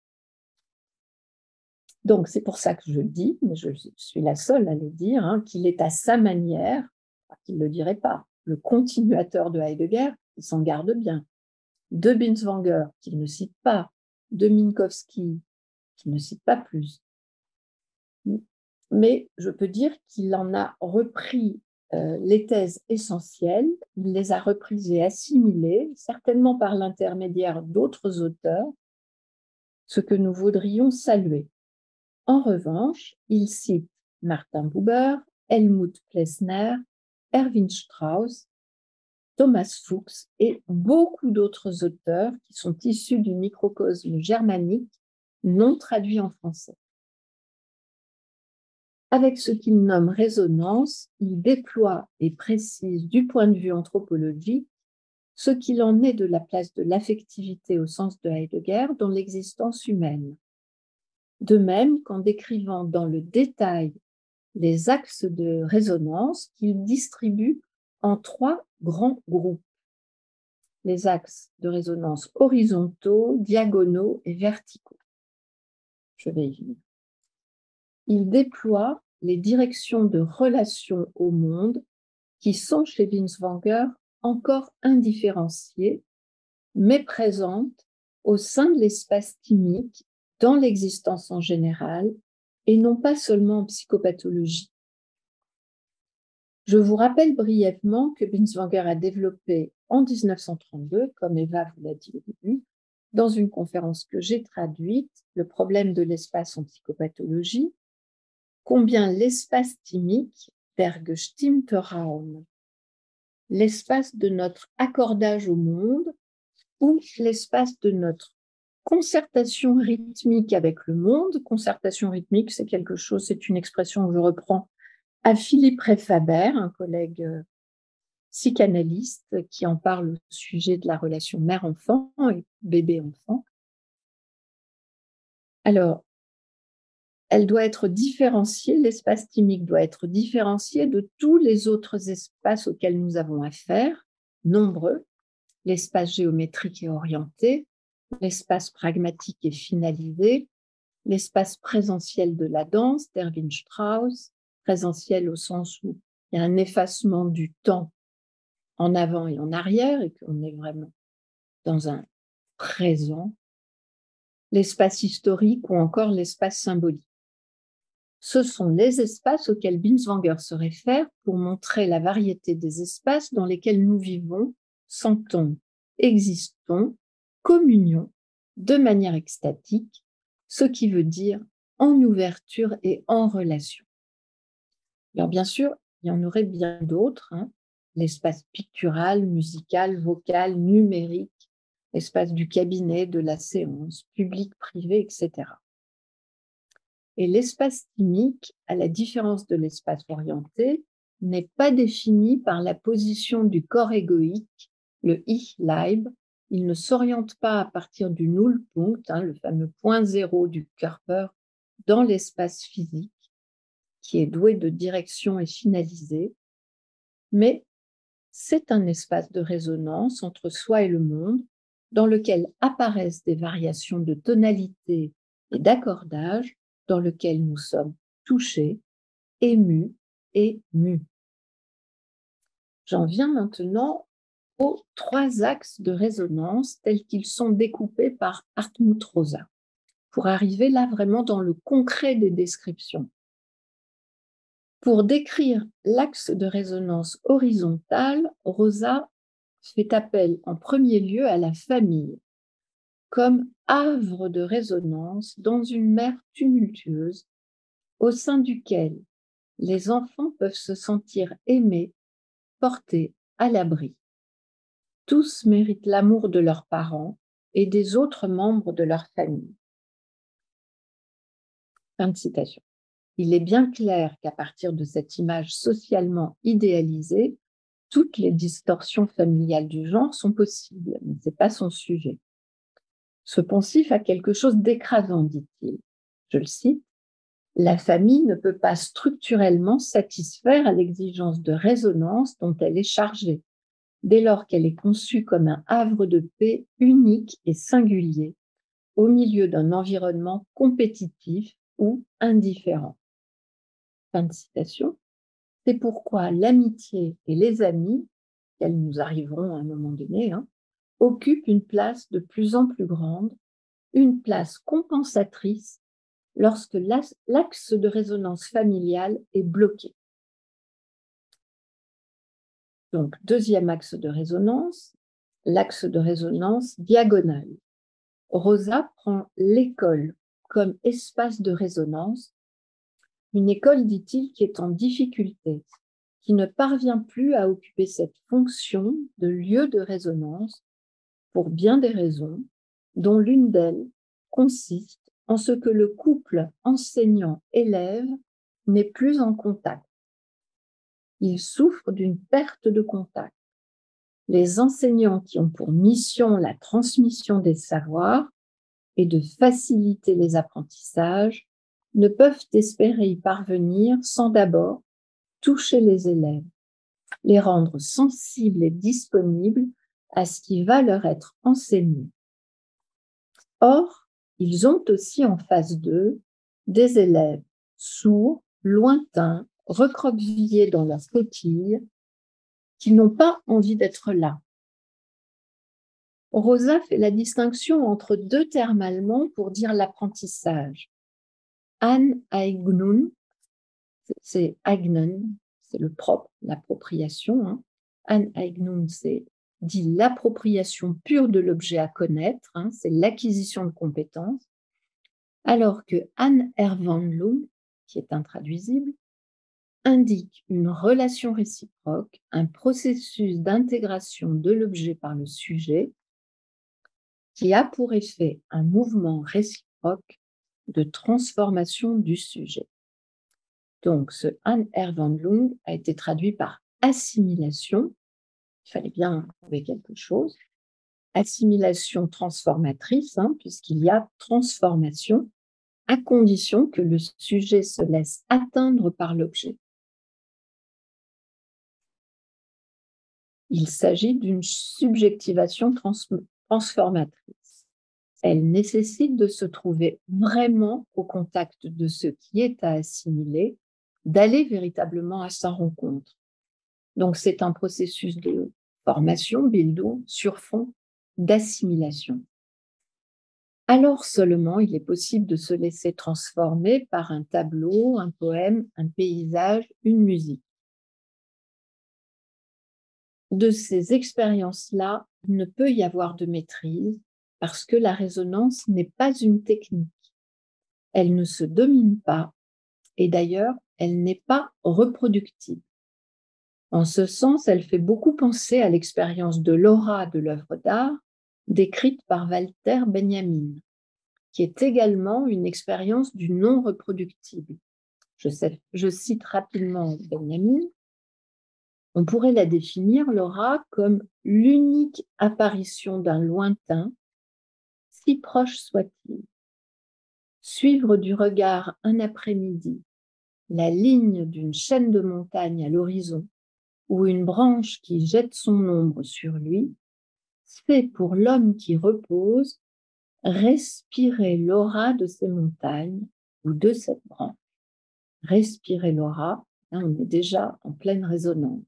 Donc, c'est pour ça que je dis, mais je suis la seule à le dire, hein, qu'il est à sa manière, qu'il ne le dirait pas, le continuateur de Heidegger, il s'en garde bien, de Binswanger, qu'il ne cite pas, de Minkowski, qu'il ne cite pas plus. Mais je peux dire qu'il en a repris euh, les thèses essentielles, il les a reprises et assimilées, certainement par l'intermédiaire d'autres auteurs, ce que nous voudrions saluer. En revanche, il cite Martin Buber, Helmut Plessner, Erwin Strauss, Thomas Fuchs et beaucoup d'autres auteurs qui sont issus du microcosme germanique non traduit en français. Avec ce qu'il nomme résonance, il déploie et précise du point de vue anthropologique ce qu'il en est de la place de l'affectivité au sens de Heidegger dans l'existence humaine. De même qu'en décrivant dans le détail les axes de résonance qu'il distribue en trois grands groupes. Les axes de résonance horizontaux, diagonaux et verticaux. Je vais y venir. Il déploie les directions de relation au monde qui sont chez Binswanger encore indifférenciées, mais présentes au sein de l'espace thymique, dans l'existence en général, et non pas seulement en psychopathologie. Je vous rappelle brièvement que Binswanger a développé en mille neuf cent trente-deux, comme Eva vous l'a dit au début, dans une conférence que j'ai traduite, le problème de l'espace en psychopathologie, combien l'espace thymique, der gestimmte Raum, l'espace de notre accordage au monde ou l'espace de notre concertation rythmique avec le monde. Concertation rythmique, c'est quelque chose, c'est une expression que je reprends à Philippe Rey-Faber, un collègue psychanalyste qui en parle au sujet de la relation mère-enfant et bébé-enfant. Alors, elle doit être différenciée, l'espace thymique doit être différencié de tous les autres espaces auxquels nous avons affaire, nombreux, l'espace géométrique et orienté, l'espace pragmatique et finalisé, l'espace présentiel de la danse d'Erwin Strauss, présentiel au sens où il y a un effacement du temps en avant et en arrière et qu'on est vraiment dans un présent, l'espace historique ou encore l'espace symbolique. Ce sont les espaces auxquels Binswanger se réfère pour montrer la variété des espaces dans lesquels nous vivons, sentons, existons, communions de manière extatique, ce qui veut dire en ouverture et en relation. Alors bien sûr, il y en aurait bien d'autres, hein, l'espace pictural, musical, vocal, numérique, l'espace du cabinet, de la séance, public, privé, et cetera. Et l'espace thymique, à la différence de l'espace orienté, n'est pas défini par la position du corps égoïque, le Ich-Leib. Il ne s'oriente pas à partir du Nullpunkt, hein, le fameux point zéro du Körper, dans l'espace physique, qui est doué de direction et finalisé, mais c'est un espace de résonance entre soi et le monde, dans lequel apparaissent des variations de tonalité et d'accordage, dans lequel nous sommes touchés, émus et mus. J'en viens maintenant aux trois axes de résonance tels qu'ils sont découpés par Hartmut Rosa, pour arriver là vraiment dans le concret des descriptions. Pour décrire l'axe de résonance horizontale, Rosa fait appel en premier lieu à la famille, comme havre de résonance dans une mer tumultueuse, au sein duquel les enfants peuvent se sentir aimés, portés à l'abri. Tous méritent l'amour de leurs parents et des autres membres de leur famille. Fin de citation. Il est bien clair qu'à partir de cette image socialement idéalisée, toutes les distorsions familiales du genre sont possibles, mais ce n'est pas son sujet. Ce poncif a quelque chose d'écrasant, dit-il. Je le cite, « La famille ne peut pas structurellement satisfaire à l'exigence de résonance dont elle est chargée, dès lors qu'elle est conçue comme un havre de paix unique et singulier, au milieu d'un environnement compétitif ou indifférent. » Fin de citation. C'est pourquoi l'amitié et les amis, qu'elles nous arriveront à un moment donné, hein, occupent une place de plus en plus grande, une place compensatrice lorsque l'axe de résonance familiale est bloqué. Donc, deuxième axe de résonance, l'axe de résonance diagonale. Rosa prend l'école comme espace de résonance, une école, dit-il, qui est en difficulté, qui ne parvient plus à occuper cette fonction de lieu de résonance pour bien des raisons, dont l'une d'elles consiste en ce que le couple enseignant-élève n'est plus en contact. Il souffre d'une perte de contact. les enseignants qui ont pour mission la transmission des savoirs et de faciliter les apprentissages ne peuvent espérer y parvenir sans d'abord toucher les élèves, les rendre sensibles et disponibles à ce qui va leur être enseigné. Or, ils ont aussi en face d'eux des élèves sourds, lointains, recroquevillés dans leur coquille, qui n'ont pas envie d'être là. Rosa fait la distinction entre deux termes allemands pour dire l'apprentissage. Aneignung, c'est eignen, c'est le propre, l'appropriation. Hein. Aneignung, c'est dit l'appropriation pure de l'objet à connaître, hein, c'est l'acquisition de compétences, alors que Anerwandlung, qui est intraduisible, indique une relation réciproque, un processus d'intégration de l'objet par le sujet qui a pour effet un mouvement réciproque de transformation du sujet. Donc, ce Anerwandlung a été traduit par assimilation. Il fallait bien trouver quelque chose. Assimilation transformatrice, hein, puisqu'il y a transformation, à condition que le sujet se laisse atteindre par l'objet. Il s'agit d'une subjectivation trans transformatrice. Elle nécessite de se trouver vraiment au contact de ce qui est à assimiler, d'aller véritablement à sa rencontre. Donc, c'est un processus de formation, Bildung, sur fond d'assimilation. Alors seulement, il est possible de se laisser transformer par un tableau, un poème, un paysage, une musique. De ces expériences-là, il ne peut y avoir de maîtrise parce que la résonance n'est pas une technique. Elle ne se domine pas et d'ailleurs, elle n'est pas reproductible. En ce sens, elle fait beaucoup penser à l'expérience de l'aura de l'œuvre d'art décrite par Walter Benjamin, qui est également une expérience du non reproductible. Je, sais, je cite rapidement Benjamin. On pourrait la définir, l'aura, comme l'unique apparition d'un lointain, si proche soit-il. Suivre du regard un après-midi la ligne d'une chaîne de montagnes à l'horizon ou une branche qui jette son ombre sur lui, c'est pour l'homme qui repose respirer l'aura de ces montagnes ou de cette branche. Respirer l'aura, là on est déjà en pleine résonance.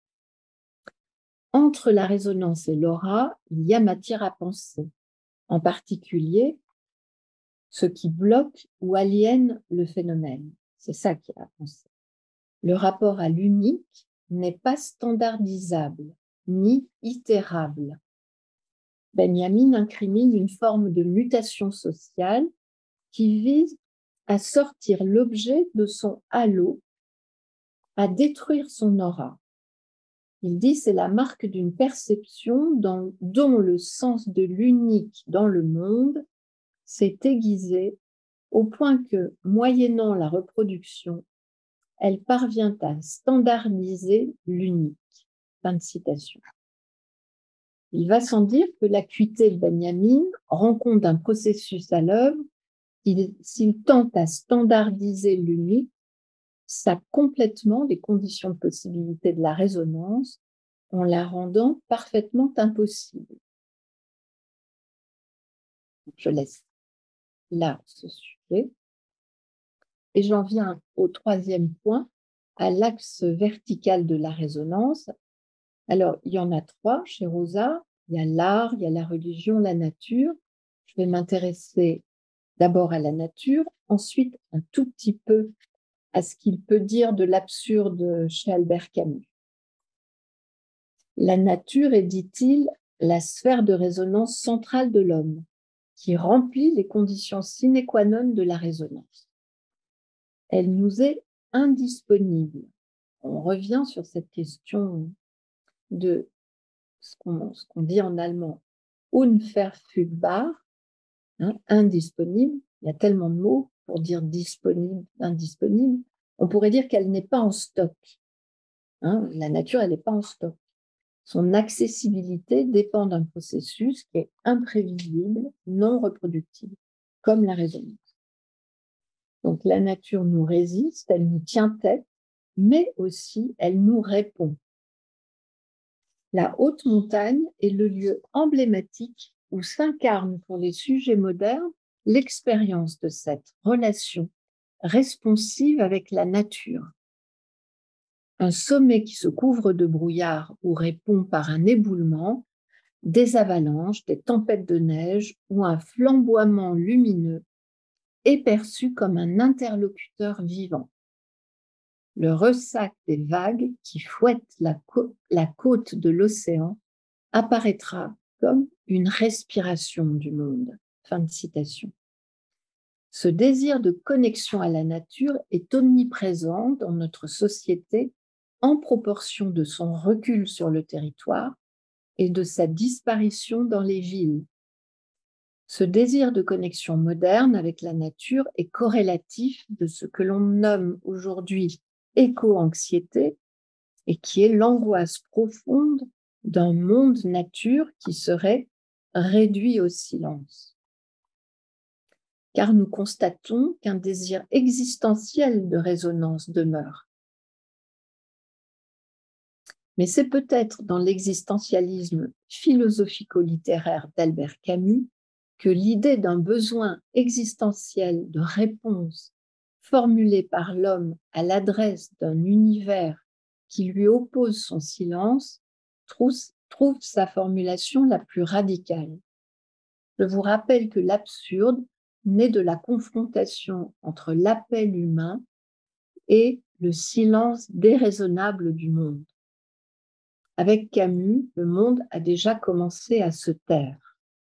Entre la résonance et l'aura, il y a matière à penser, en particulier ce qui bloque ou aliène le phénomène. C'est ça qu'il y a à penser. Le rapport à l'unique n'est pas standardisable ni itérable. Benjamin incrimine une forme de mutation sociale qui vise à sortir l'objet de son halo, à détruire son aura. Il dit c'est la marque d'une perception dans, dont le sens de l'unique dans le monde s'est aiguisé au point que, moyennant la reproduction, elle parvient à standardiser l'unique. Fin de citation. Il va sans dire que l'acuité de Benjamin rend compte d'un processus à l'œuvre qui, s'il tente à standardiser l'unique, sape complètement les conditions de possibilité de la résonance en la rendant parfaitement impossible. Je laisse là ce sujet. Et j'en viens au troisième point, à l'axe vertical de la résonance. Alors, il y en a trois chez Rosa. Il y a l'art, il y a la religion, la nature. Je vais m'intéresser d'abord à la nature, ensuite un tout petit peu à ce qu'il peut dire de l'absurde chez Albert Camus. La nature est, dit-il, la sphère de résonance centrale de l'homme, qui remplit les conditions sine qua non de la résonance. Elle nous est indisponible. On revient sur cette question de ce qu'on ce qu'on dit en allemand unverfügbar, hein, indisponible. Il y a tellement de mots pour dire disponible, indisponible. On pourrait dire qu'elle n'est pas en stock. Hein, la nature, elle n'est pas en stock. Son accessibilité dépend d'un processus qui est imprévisible, non reproductible, comme la résonance. Donc la nature nous résiste, elle nous tient tête, mais aussi elle nous répond. La haute montagne est le lieu emblématique où s'incarne pour les sujets modernes l'expérience de cette relation responsive avec la nature. Un sommet qui se couvre de brouillard ou répond par un éboulement, des avalanches, des tempêtes de neige ou un flamboiement lumineux est perçu comme un interlocuteur vivant. Le ressac des vagues qui fouettent la, cô- la côte de l'océan apparaîtra comme une respiration du monde. Fin de citation. Ce désir de connexion à la nature est omniprésent dans notre société en proportion de son recul sur le territoire et de sa disparition dans les villes. Ce désir de connexion moderne avec la nature est corrélatif de ce que l'on nomme aujourd'hui éco-anxiété et qui est l'angoisse profonde d'un monde nature qui serait réduit au silence. Car nous constatons qu'un désir existentiel de résonance demeure. Mais c'est peut-être dans l'existentialisme philosophico-littéraire d'Albert Camus que l'idée d'un besoin existentiel de réponse formulé par l'homme à l'adresse d'un univers qui lui oppose son silence trouve, trouve sa formulation la plus radicale. Je vous rappelle que l'absurde naît de la confrontation entre l'appel humain et le silence déraisonnable du monde. Avec Camus, le monde a déjà commencé à se taire.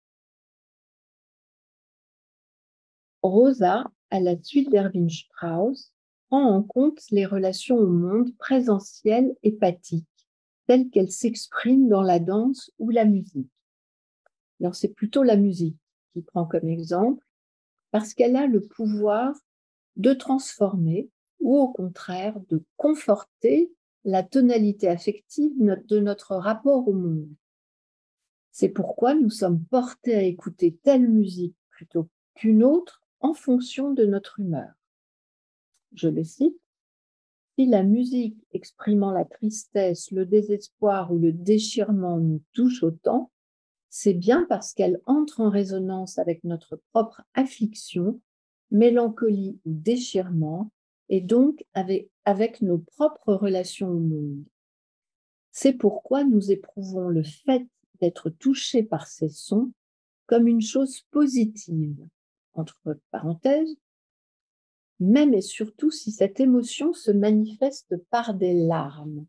Rosa, à la suite d'Erwin Strauss, prend en compte les relations au monde présentielles et pathiques, telles qu'elles s'expriment dans la danse ou la musique. Alors c'est plutôt la musique qui prend comme exemple, parce qu'elle a le pouvoir de transformer ou au contraire de conforter la tonalité affective de notre rapport au monde. C'est pourquoi nous sommes portés à écouter telle musique plutôt qu'une autre en fonction de notre humeur. Je le cite, si la musique exprimant la tristesse, le désespoir ou le déchirement nous touche autant, c'est bien parce qu'elle entre en résonance avec notre propre affliction, mélancolie ou déchirement, et donc avec, avec nos propres relations au monde. C'est pourquoi nous éprouvons le fait d'être touchés par ces sons comme une chose positive, entre parenthèses, même et surtout si cette émotion se manifeste par des larmes,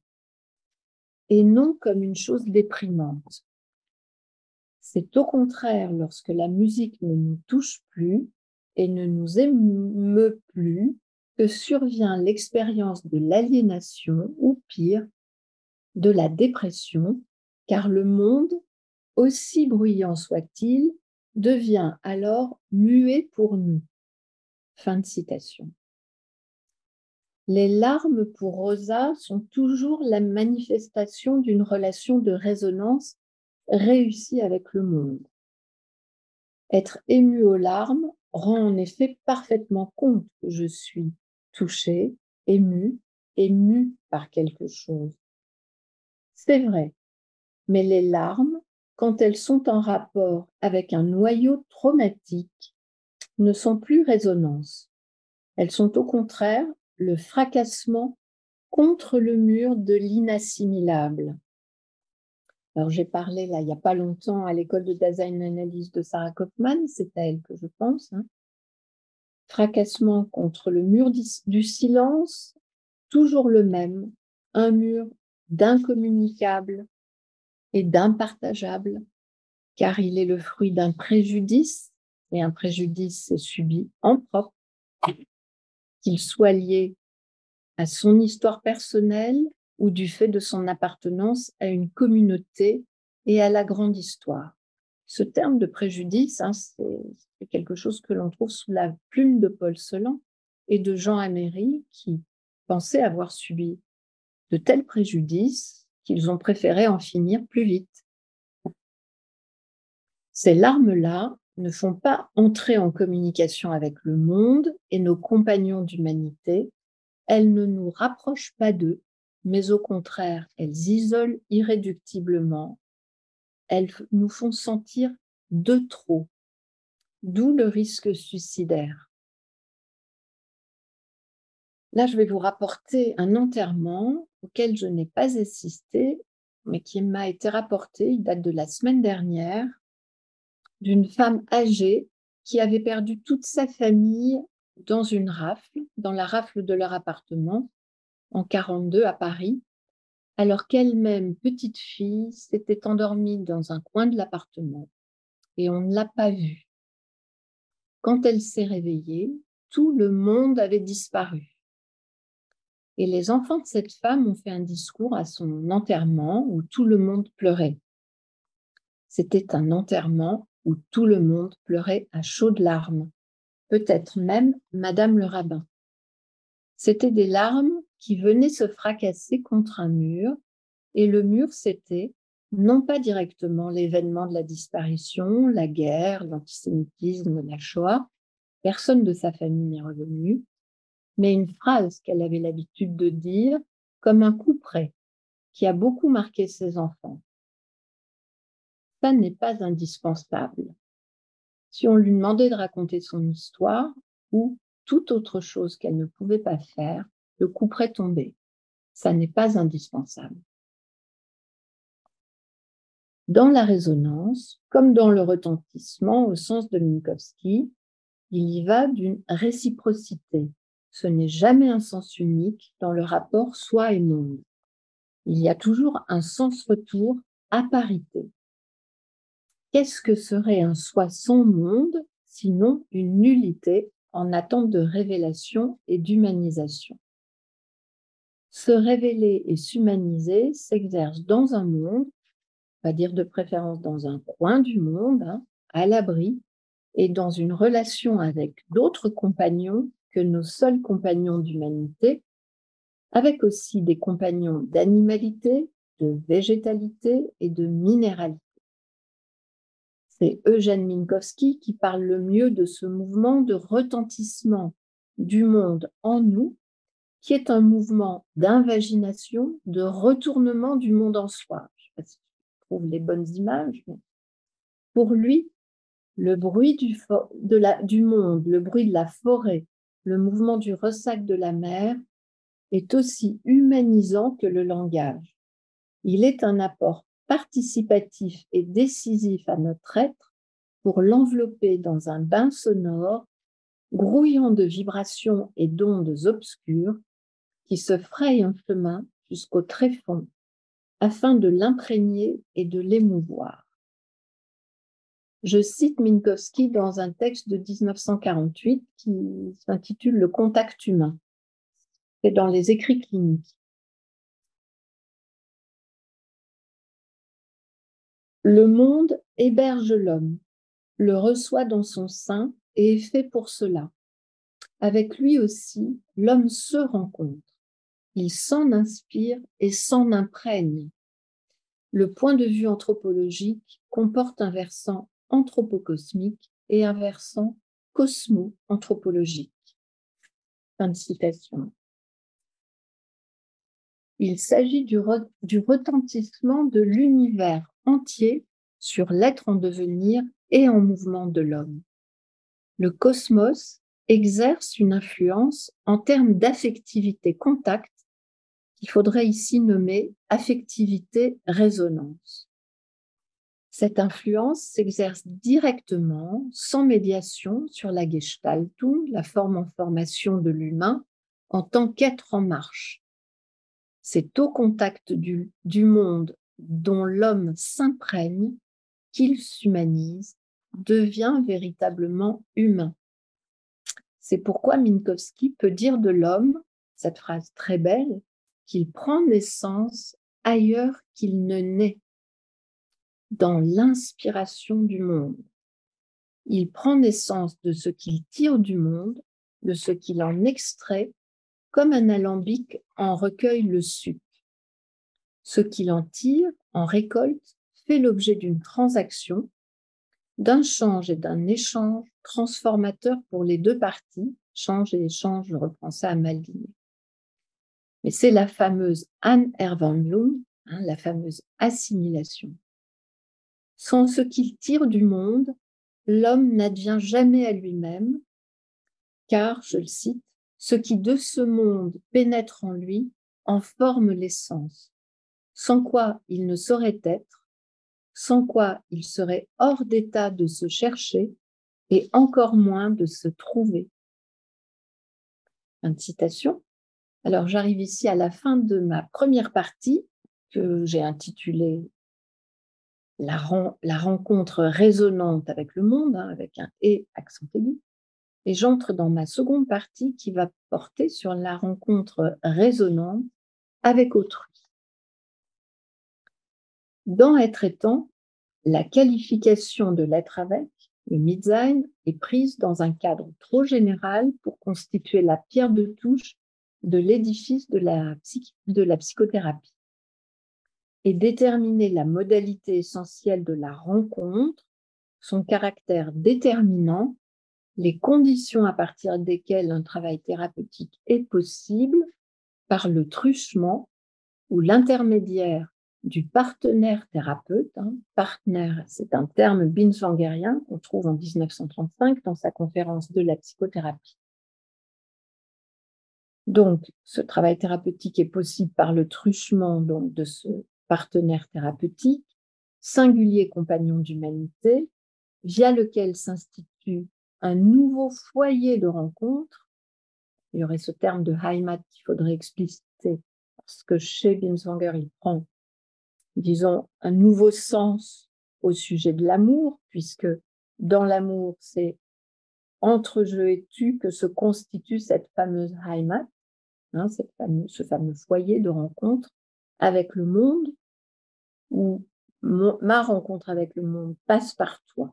et non comme une chose déprimante. C'est au contraire lorsque la musique ne nous touche plus et ne nous émeut plus que survient l'expérience de l'aliénation ou pire, de la dépression, car le monde, aussi bruyant soit-il, devient alors muet pour nous. Fin de citation. Les larmes pour Rosa sont toujours la manifestation d'une relation de résonance réussie avec le monde. Être ému aux larmes rend en effet parfaitement compte que je suis touchée, émue, émue par quelque chose. C'est vrai, mais les larmes, quand elles sont en rapport avec un noyau traumatique, ne sont plus résonance. Elles sont au contraire le fracassement contre le mur de l'inassimilable. Alors j'ai parlé là il n'y a pas longtemps à l'école de design analyse de Sarah Kaufman, c'est à elle que je pense. Hein. Fracassement contre le mur du silence, toujours le même, un mur d'incommunicable et d'impartageable, car il est le fruit d'un préjudice, et un préjudice est subi en propre, qu'il soit lié à son histoire personnelle ou du fait de son appartenance à une communauté et à la grande histoire. Ce terme de préjudice, hein, c'est quelque chose que l'on trouve sous la plume de Paul Celan et de Jean Améry qui pensaient avoir subi de tels préjudices qu'ils ont préféré en finir plus vite. Ces larmes-là ne font pas entrer en communication avec le monde et nos compagnons d'humanité. Elles ne nous rapprochent pas d'eux, mais au contraire, elles isolent irréductiblement. Elles nous font sentir de trop, d'où le risque suicidaire. Là, je vais vous rapporter un enterrement auquel je n'ai pas assisté, mais qui m'a été rapporté, il date de la semaine dernière, d'une femme âgée qui avait perdu toute sa famille dans une rafle, dans la rafle de leur appartement, en quarante-deux à Paris, alors qu'elle-même, petite fille, s'était endormie dans un coin de l'appartement et on ne l'a pas vue. Quand elle s'est réveillée, tout le monde avait disparu. Et les enfants de cette femme ont fait un discours à son enterrement où tout le monde pleurait. C'était un enterrement où tout le monde pleurait à chaudes larmes, peut-être même Madame le rabbin. C'étaient des larmes qui venaient se fracasser contre un mur, et le mur, c'était non pas directement l'événement de la disparition, la guerre, l'antisémitisme, la Shoah, personne de sa famille n'est revenu, mais une phrase qu'elle avait l'habitude de dire comme un coup près, qui a beaucoup marqué ses enfants. Ça n'est pas indispensable. Si on lui demandait de raconter son histoire ou toute autre chose qu'elle ne pouvait pas faire, le couperait tomber. Ça n'est pas indispensable. Dans la résonance, comme dans le retentissement au sens de Minkowski, il y va d'une réciprocité. Ce n'est jamais un sens unique dans le rapport soi et monde. Il y a toujours un sens-retour à parité. Qu'est-ce que serait un soi sans monde, sinon une nullité en attente de révélation et d'humanisation? Se révéler et s'humaniser s'exerce dans un monde, on va dire de préférence dans un coin du monde, hein, à l'abri, et dans une relation avec d'autres compagnons que nos seuls compagnons d'humanité, avec aussi des compagnons d'animalité, de végétalité et de minéralité. C'est Eugène Minkowski qui parle le mieux de ce mouvement de retentissement du monde en nous, qui est un mouvement d'invagination, de retournement du monde en soi. Je ne sais pas si tu trouves les bonnes images, mais pour lui, le bruit du, de la, du monde, le bruit de la forêt, le mouvement du ressac de la mer est aussi humanisant que le langage. Il est un apport participatif et décisif à notre être pour l'envelopper dans un bain sonore, grouillant de vibrations et d'ondes obscures qui se frayent un chemin jusqu'au tréfonds afin de l'imprégner et de l'émouvoir. Je cite Minkowski dans un texte de mille neuf cent quarante-huit qui s'intitule « Le contact humain ». C'est dans les écrits cliniques. Le monde héberge l'homme, le reçoit dans son sein et est fait pour cela. Avec lui aussi, l'homme se rencontre. Il s'en inspire et s'en imprègne. Le point de vue anthropologique comporte un versant anthropocosmique et un versant cosmo-anthropologique. Fin de citation. Il s'agit du, re, du retentissement de l'univers entier sur l'être en devenir et en mouvement de l'homme. Le cosmos exerce une influence en termes d'affectivité contact qu'il faudrait ici nommer affectivité-résonance. Cette influence s'exerce directement, sans médiation, sur la Gestaltung, la forme en formation de l'humain, en tant qu'être en marche. C'est au contact du, du monde dont l'homme s'imprègne qu'il s'humanise, devient véritablement humain. C'est pourquoi Minkowski peut dire de l'homme, cette phrase très belle, qu'il prend naissance ailleurs qu'il ne naît, dans l'inspiration du monde. Il prend naissance de ce qu'il tire du monde, de ce qu'il en extrait, comme un alambic en recueille le suc. Ce qu'il en tire, en récolte, fait l'objet d'une transaction, d'un change et d'un échange transformateur pour les deux parties. Change et échange, je reprends ça à Maldini. Mais c'est la fameuse Anne Erwin-Bloom, hein, la fameuse assimilation. Sans ce qu'il tire du monde, l'homme n'advient jamais à lui-même, car, je le cite, ce qui de ce monde pénètre en lui en forme l'essence, sans quoi il ne saurait être, sans quoi il serait hors d'état de se chercher et encore moins de se trouver. Fin de citation. Alors j'arrive ici à la fin de ma première partie que j'ai intitulée la, ren la rencontre résonante avec le monde, hein, avec un « et » accent aigu. Et j'entre dans ma seconde partie qui va porter sur la rencontre résonante avec autrui. Dans Être étant, la qualification de l'être avec, le Mitsein, est prise dans un cadre trop général pour constituer la pierre de touche de l'édifice de la, de la psychothérapie et déterminer la modalité essentielle de la rencontre, son caractère déterminant, les conditions à partir desquelles un travail thérapeutique est possible par le truchement ou l'intermédiaire du partenaire thérapeute. Hein. Partenaire, c'est un terme binswangerien qu'on trouve en mille neuf cent trente-cinq dans sa conférence de la psychothérapie. Donc, ce travail thérapeutique est possible par le truchement donc, de ce partenaire thérapeutique, singulier compagnon d'humanité, via lequel s'institue un nouveau foyer de rencontre. Il y aurait ce terme de Heimat qu'il faudrait expliciter, parce que chez Binswanger, il prend, disons, un nouveau sens au sujet de l'amour, puisque dans l'amour, c'est entre je et tu que se constitue cette fameuse Heimat, hein, cette fameuse, ce fameux foyer de rencontre avec le monde, où mon, ma rencontre avec le monde passe par toi.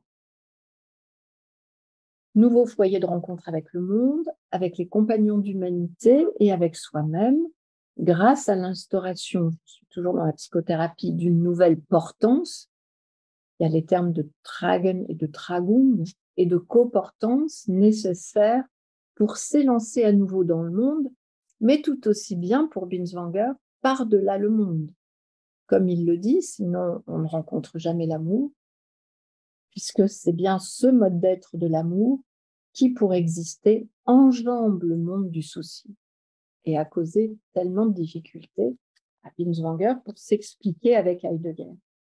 Nouveau foyer de rencontre avec le monde, avec les compagnons d'humanité et avec soi-même, grâce à l'instauration, je suis toujours dans la psychothérapie, d'une nouvelle portance. Il y a les termes de Tragen et de Tragung et de coportance nécessaires pour s'élancer à nouveau dans le monde, mais tout aussi bien pour Binswanger, par-delà le monde. Comme il le dit, sinon on ne rencontre jamais l'amour, puisque c'est bien ce mode d'être de l'amour qui, pour exister, enjambe le monde du souci et a causé tellement de difficultés à Binswanger pour s'expliquer avec Heidegger.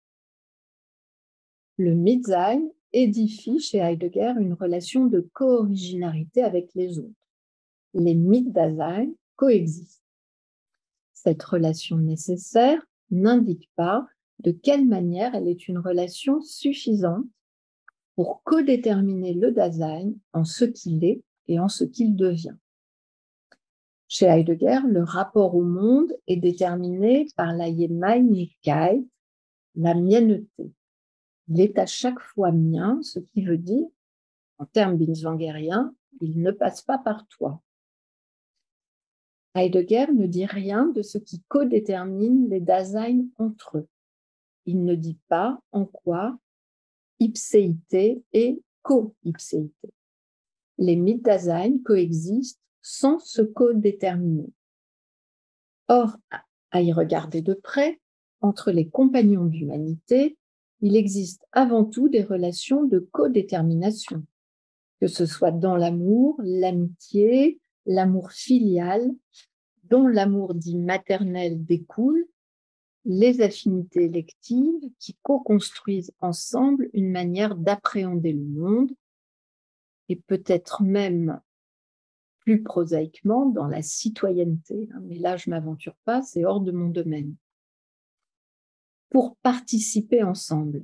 Le Mitsein édifie chez Heidegger une relation de co-originarité avec les autres. Les Mitdasein coexistent. Cette relation nécessaire n'indique pas de quelle manière elle est une relation suffisante pour codéterminer le Dasein en ce qu'il est et en ce qu'il devient. Chez Heidegger, le rapport au monde est déterminé par la Gemeinigkeit, la mienneté. Il est à chaque fois mien, ce qui veut dire, en termes binswangeriens, il ne passe pas par toi. Heidegger ne dit rien de ce qui codétermine les Dasein entre eux. Il ne dit pas en quoi ipséité et co-ipséité. Les Mitdasein coexistent sans se codéterminer. Or, à y regarder de près, entre les compagnons d'humanité, il existe avant tout des relations de codétermination, que ce soit dans l'amour, l'amitié, l'amour filial, dont l'amour dit maternel découle, les affinités électives qui co-construisent ensemble une manière d'appréhender le monde, et peut-être même plus prosaïquement dans la citoyenneté. Mais là, je ne m'aventure pas, c'est hors de mon domaine. Pour participer ensemble.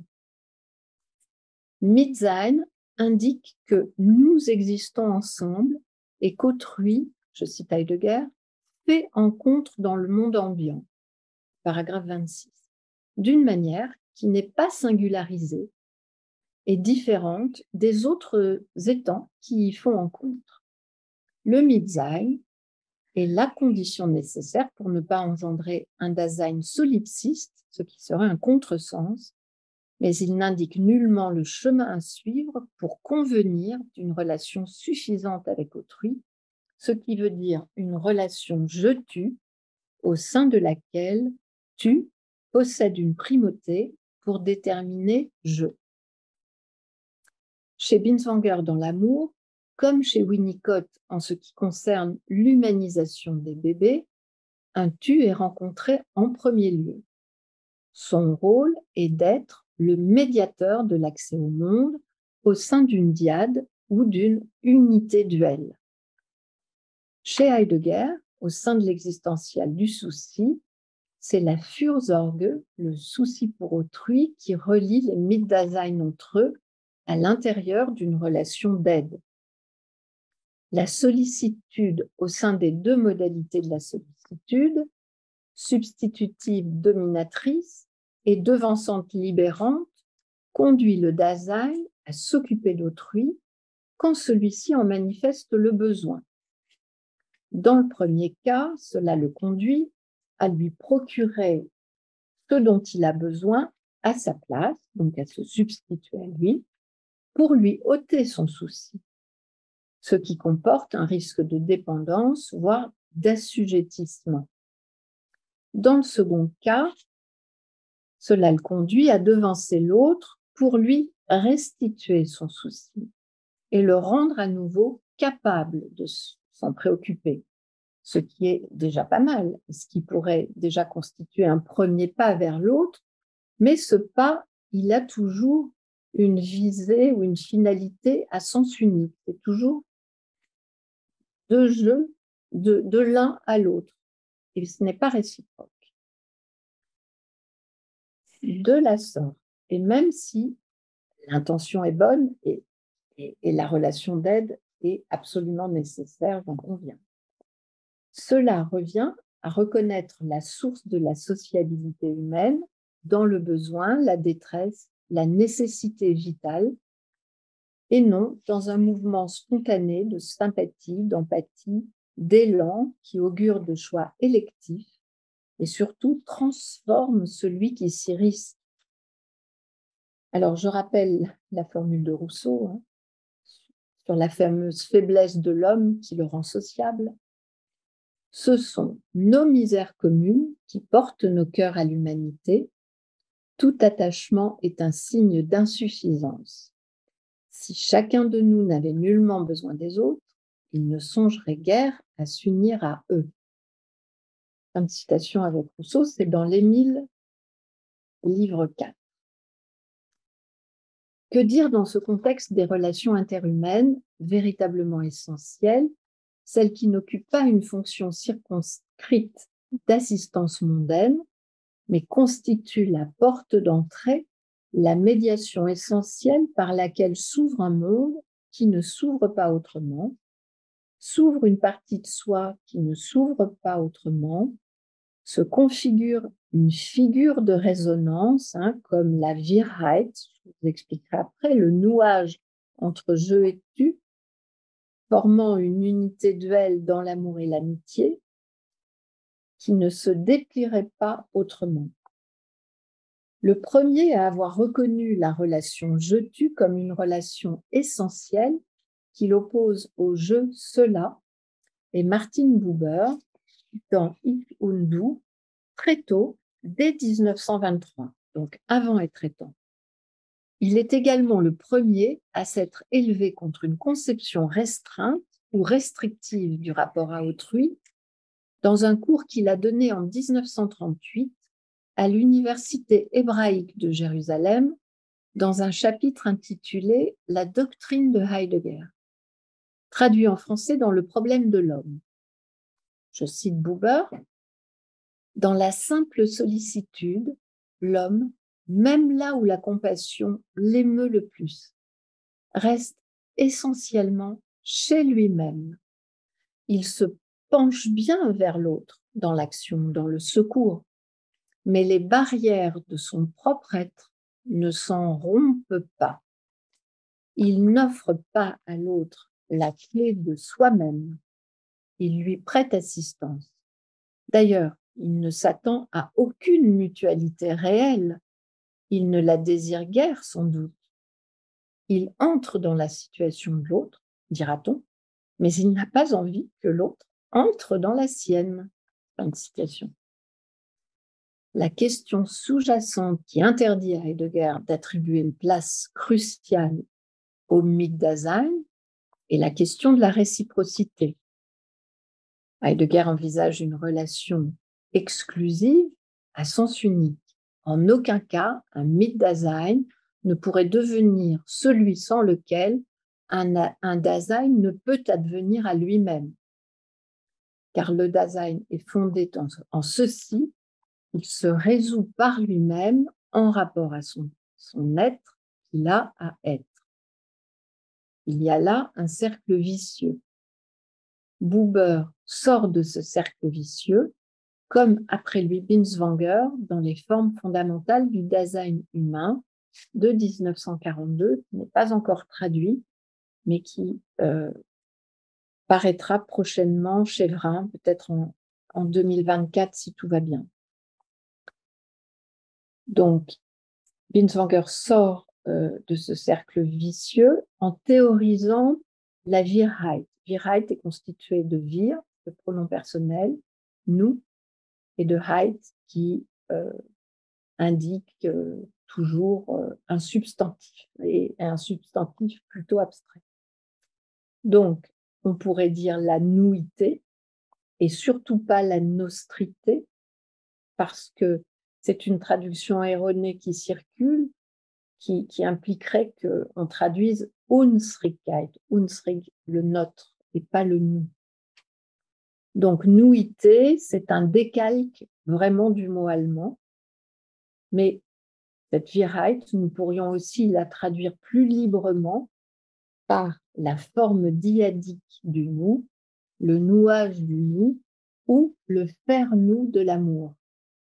Mitsein indique que nous existons ensemble et qu'autrui, je cite Heidegger, fait encontre dans le monde ambiant. Paragraphe vingt-six. D'une manière qui n'est pas singularisée et différente des autres étangs qui y font encontre. Le Mitsein est la condition nécessaire pour ne pas engendrer un Dasein solipsiste, ce qui serait un contresens, mais il n'indique nullement le chemin à suivre pour convenir d'une relation suffisante avec autrui, ce qui veut dire une relation je-tu au sein de laquelle tu possède une primauté pour déterminer je. Chez Binswanger dans l'amour, comme chez Winnicott en ce qui concerne l'humanisation des bébés, un tu est rencontré en premier lieu. Son rôle est d'être le médiateur de l'accès au monde au sein d'une dyade ou d'une unité duelle. Chez Heidegger, au sein de l'existentiel du souci, c'est la Fürsorge, le souci pour autrui, qui relie les Mitdasein entre eux à l'intérieur d'une relation d'aide. La sollicitude au sein des deux modalités de la sollicitude, substitutive dominatrice et devançante libérante, conduit le Dasein à s'occuper d'autrui quand celui-ci en manifeste le besoin. Dans le premier cas, cela le conduit à lui procurer ce dont il a besoin à sa place, donc à se substituer à lui, pour lui ôter son souci, ce qui comporte un risque de dépendance, voire d'assujettissement. Dans le second cas, cela le conduit à devancer l'autre pour lui restituer son souci et le rendre à nouveau capable de s'en préoccuper, ce qui est déjà pas mal, ce qui pourrait déjà constituer un premier pas vers l'autre, mais ce pas, il a toujours une visée ou une finalité à sens unique. C'est toujours de jeu, de, de l'un à l'autre, et ce n'est pas réciproque. De la sorte, et même si l'intention est bonne et, et, et la relation d'aide est absolument nécessaire, j'en conviens. Cela revient à reconnaître la source de la sociabilité humaine dans le besoin, la détresse, la nécessité vitale, et non dans un mouvement spontané de sympathie, d'empathie, d'élan qui augure de choix électifs et surtout transforme celui qui s'y risque. Alors, je rappelle la formule de Rousseau hein, sur la fameuse faiblesse de l'homme qui le rend sociable. Ce sont nos misères communes qui portent nos cœurs à l'humanité. Tout attachement est un signe d'insuffisance. Si chacun de nous n'avait nullement besoin des autres, il ne songerait guère à s'unir à eux. Fin de citation avec Rousseau, c'est dans l'Émile, livre quatre. Que dire dans ce contexte des relations interhumaines véritablement essentielles, celles qui n'occupent pas une fonction circonscrite d'assistance mondaine, mais constituent la porte d'entrée, la médiation essentielle par laquelle s'ouvre un monde qui ne s'ouvre pas autrement, s'ouvre une partie de soi qui ne s'ouvre pas autrement, se configure une figure de résonance, hein, comme la Wirheit, je vous expliquerai après, le nouage entre je et tu, formant une unité duelle dans l'amour et l'amitié, qui ne se déplierait pas autrement. Le premier à avoir reconnu la relation je-tu comme une relation essentielle qu'il oppose au je-cela est Martin Buber dans Ich und Du, très tôt, dès dix-neuf cent vingt-trois, donc avant être étant. Il est également le premier à s'être élevé contre une conception restreinte ou restrictive du rapport à autrui dans un cours qu'il a donné en dix-neuf cent trente-huit à l'Université hébraïque de Jérusalem dans un chapitre intitulé « La doctrine de Heidegger », traduit en français dans Le problème de l'homme. Je cite Buber, « Dans la simple sollicitude, l'homme, même là où la compassion l'émeut le plus, reste essentiellement chez lui-même. Il se penche bien vers l'autre dans l'action, dans le secours, mais les barrières de son propre être ne s'en rompent pas. Il n'offre pas à l'autre la clé de soi-même. il lui prête assistance. D'ailleurs, il ne s'attend à aucune mutualité réelle. Il ne la désire guère, sans doute. Il entre dans la situation de l'autre, dira-t-on, mais il n'a pas envie que l'autre entre dans la sienne. Fin de citation. La question sous-jacente qui interdit à Heidegger d'attribuer une place cruciale au Mitdasein est la question de la réciprocité. Heidegger envisage une relation exclusive à sens unique. En aucun cas, un Mitdasein ne pourrait devenir celui sans lequel un, un Dasein ne peut advenir à lui-même. Car le Dasein est fondé en, en ceci. Il se résout par lui-même en rapport à son, son être qu'il a à être. Il y a là un cercle vicieux. Buber sort de ce cercle vicieux, comme après lui Binswanger dans les formes fondamentales du Dasein humain de mille neuf cent quarante-deux, qui n'est pas encore traduit, mais qui euh, paraîtra prochainement chez Vrin, peut-être en, en deux mille vingt-quatre si tout va bien. Donc, Binswanger sort euh, de ce cercle vicieux en théorisant la Wirheit. Wirheit est constituée de wir, le pronom personnel, nous, et de Heit qui euh, indique euh, toujours euh, un substantif, et un substantif plutôt abstrait. Donc, on pourrait dire la nouité, et surtout pas la nostrité, parce que c'est une traduction erronée qui circule, qui, qui impliquerait qu'on traduise Unsrigkeit, Unsrig, le nôtre, et pas le nous. Donc, nouité, c'est un décalque vraiment du mot allemand, mais cette Wirheit, nous pourrions aussi la traduire plus librement par la forme dyadique du nous, le nouage du nous ou le faire-nous de l'amour.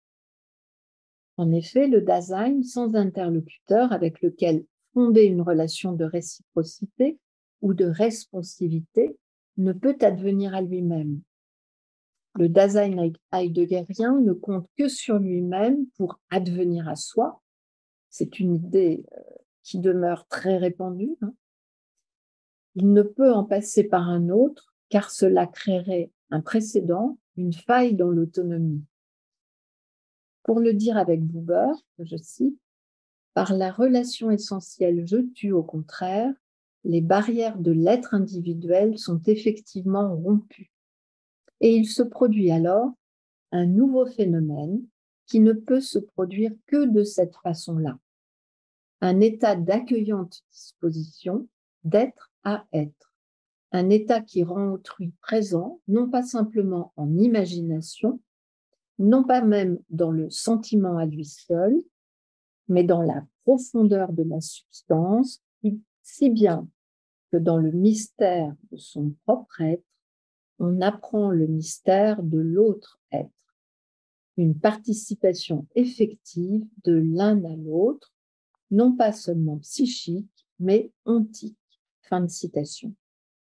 En effet, le Dasein, sans interlocuteur avec lequel fonder une relation de réciprocité ou de responsivité, ne peut advenir à lui-même. Le Dasein heideggerien ne compte que sur lui-même pour advenir à soi. C'est une idée qui demeure très répandue. Il ne peut en passer par un autre, car cela créerait un précédent, une faille dans l'autonomie. Pour le dire avec Buber, je cite, « Par la relation essentielle je tue au contraire, les barrières de l'être individuel sont effectivement rompues. Et il se produit alors un nouveau phénomène qui ne peut se produire que de cette façon-là. Un état d'accueillante disposition, d'être à être. Un état qui rend autrui présent, non pas simplement en imagination, non pas même dans le sentiment à lui seul, mais dans la profondeur de la substance, si bien que dans le mystère de son propre être, on apprend le mystère de l'autre être, une participation effective de l'un à l'autre, non pas seulement psychique, mais ontique. » Fin de citation.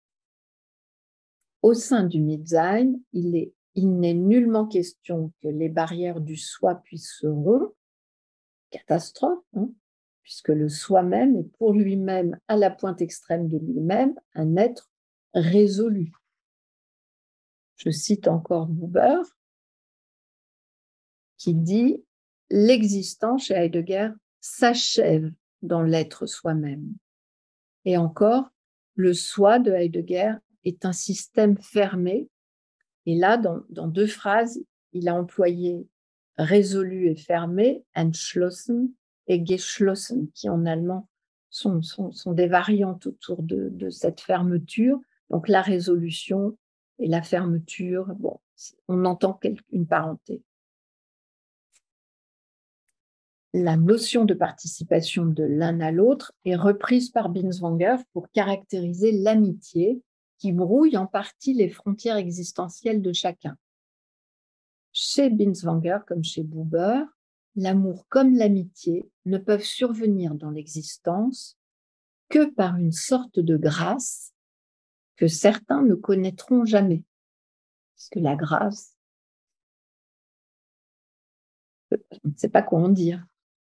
Au sein du Mitsein, il est il n'est nullement question que les barrières du soi puissent se rompre, catastrophe, hein, puisque le soi-même est pour lui-même, à la pointe extrême de lui-même, un être résolu. Je cite encore Buber, qui dit « L'existence chez Heidegger s'achève dans l'être soi-même. » Et encore, le soi de Heidegger est un système fermé. Et là, dans, dans deux phrases, il a employé résolu et fermé, entschlossen et geschlossen, qui en allemand sont, sont, sont des variantes autour de, de cette fermeture. Donc la résolution et la fermeture, bon, on entend une parenté. La notion de participation de l'un à l'autre est reprise par Binswanger pour caractériser l'amitié qui brouille en partie les frontières existentielles de chacun. Chez Binswanger, comme chez Buber, l'amour comme l'amitié ne peuvent survenir dans l'existence que par une sorte de grâce que certains ne connaîtront jamais. puisque la grâce, on ne sait pas quoi en dire.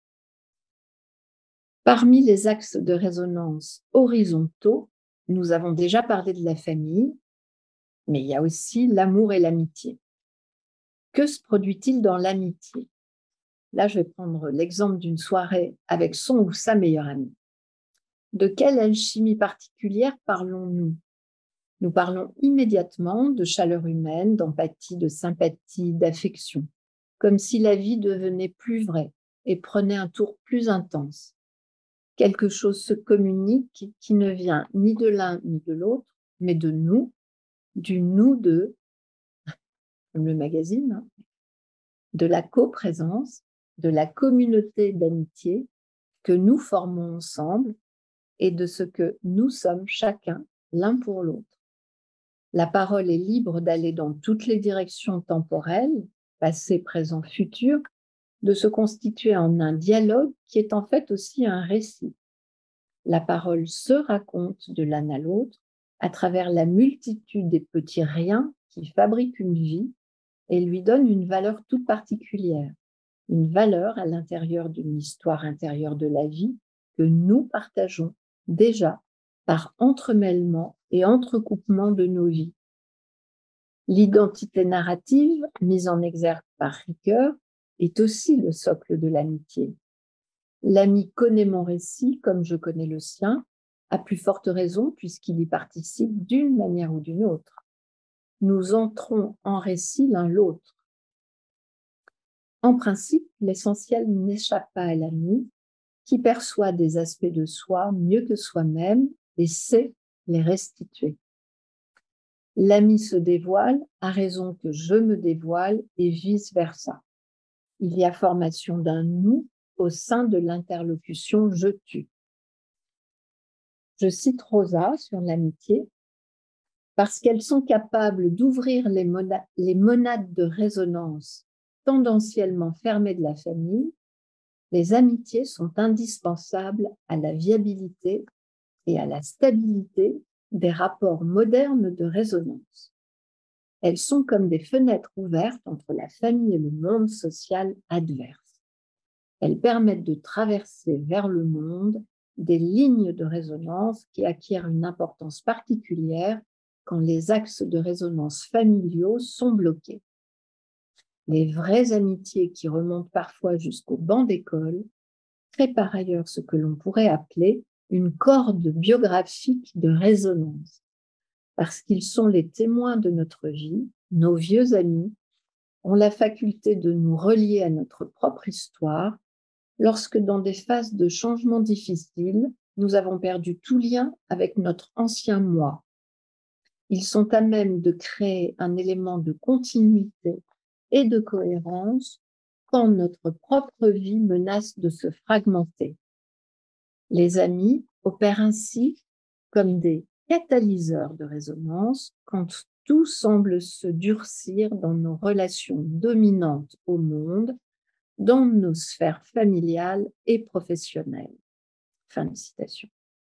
Parmi les axes de résonance horizontaux, nous avons déjà parlé de la famille, mais il y a aussi l'amour et l'amitié. Que se produit-il dans l'amitié? Là, je vais prendre l'exemple d'une soirée avec son ou sa meilleure amie. De quelle alchimie particulière parlons-nous? Nous parlons immédiatement de chaleur humaine, d'empathie, de sympathie, d'affection, comme si la vie devenait plus vraie et prenait un tour plus intense. Quelque chose se communique qui ne vient ni de l'un ni de l'autre, mais de nous, du nous deux, comme le magazine, hein, de la coprésence, de la communauté d'amitié que nous formons ensemble et de ce que nous sommes chacun l'un pour l'autre. La parole est libre d'aller dans toutes les directions temporelles, passé, présent, futur, de se constituer en un dialogue qui est en fait aussi un récit. La parole se raconte de l'un à l'autre à travers la multitude des petits riens qui fabriquent une vie et lui donnent une valeur toute particulière, une valeur à l'intérieur d'une histoire intérieure de la vie que nous partageons déjà par entremêlement et entrecoupement de nos vies. L'identité narrative, mise en exergue par Ricoeur, est aussi le socle de l'amitié. L'ami connaît mon récit comme je connais le sien, à plus forte raison puisqu'il y participe d'une manière ou d'une autre. Nous entrons en récit l'un l'autre. En principe, l'essentiel n'échappe pas à l'ami, qui perçoit des aspects de soi mieux que soi-même et sait les restituer. L'ami se dévoile à raison que je me dévoile et vice-versa. Il y a formation d'un nous au sein de l'interlocution je-tu. Je cite Rosa sur l'amitié, parce qu'elles sont capables d'ouvrir les, mona- les monades de résonance tendanciellement fermées de la famille, les amitiés sont indispensables à la viabilité et à la stabilité des rapports modernes de résonance. Elles sont comme des fenêtres ouvertes entre la famille et le monde social adverse. Elles permettent de traverser vers le monde des lignes de résonance qui acquièrent une importance particulière quand les axes de résonance familiaux sont bloqués. Les vraies amitiés qui remontent parfois jusqu'au banc d'école créent par ailleurs ce que l'on pourrait appeler une corde biographique de résonance, parce qu'ils sont les témoins de notre vie. Nos vieux amis ont la faculté de nous relier à notre propre histoire lorsque dans des phases de changement difficiles, nous avons perdu tout lien avec notre ancien moi. Ils sont à même de créer un élément de continuité et de cohérence quand notre propre vie menace de se fragmenter. Les amis opèrent ainsi comme des catalyseurs de résonance quand tout semble se durcir dans nos relations dominantes au monde, dans nos sphères familiales et professionnelles. Fin de citation.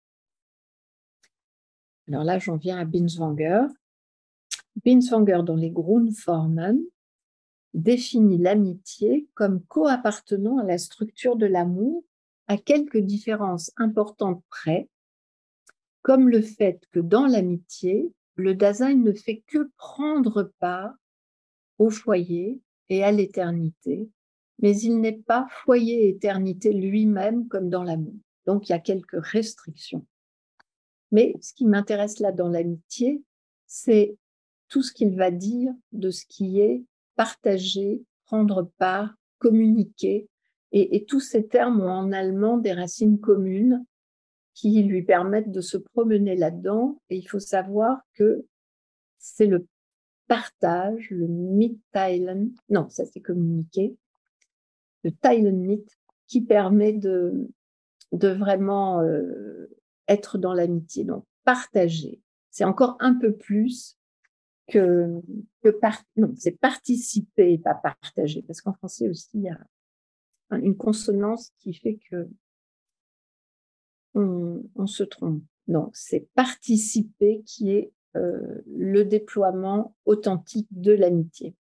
Alors là, j'en viens à Binswanger. Binswanger, dans les Grundformen, définit l'amitié comme co-appartenant à la structure de l'amour à quelques différences importantes près, comme le fait que dans l'amitié, le Dasein ne fait que prendre part au foyer et à l'éternité, mais il n'est pas foyer et éternité lui-même comme dans l'amour. Donc, il y a quelques restrictions. Mais ce qui m'intéresse là dans l'amitié, c'est tout ce qu'il va dire de ce qui est partager, prendre part, communiquer. Et, et tous ces termes ont en allemand des racines communes qui lui permettent de se promener là-dedans. Et il faut savoir que c'est le partage, le mitteilen, non, ça c'est communiquer, le teilen mit, qui permet de, de vraiment euh, être dans l'amitié. Donc, partager, c'est encore un peu plus que, que par, non, c'est participer et pas partager, parce qu'en français aussi, il y a une consonance qui fait que on, on se trompe. Donc, c'est participer qui est euh, le déploiement authentique de l'amitié.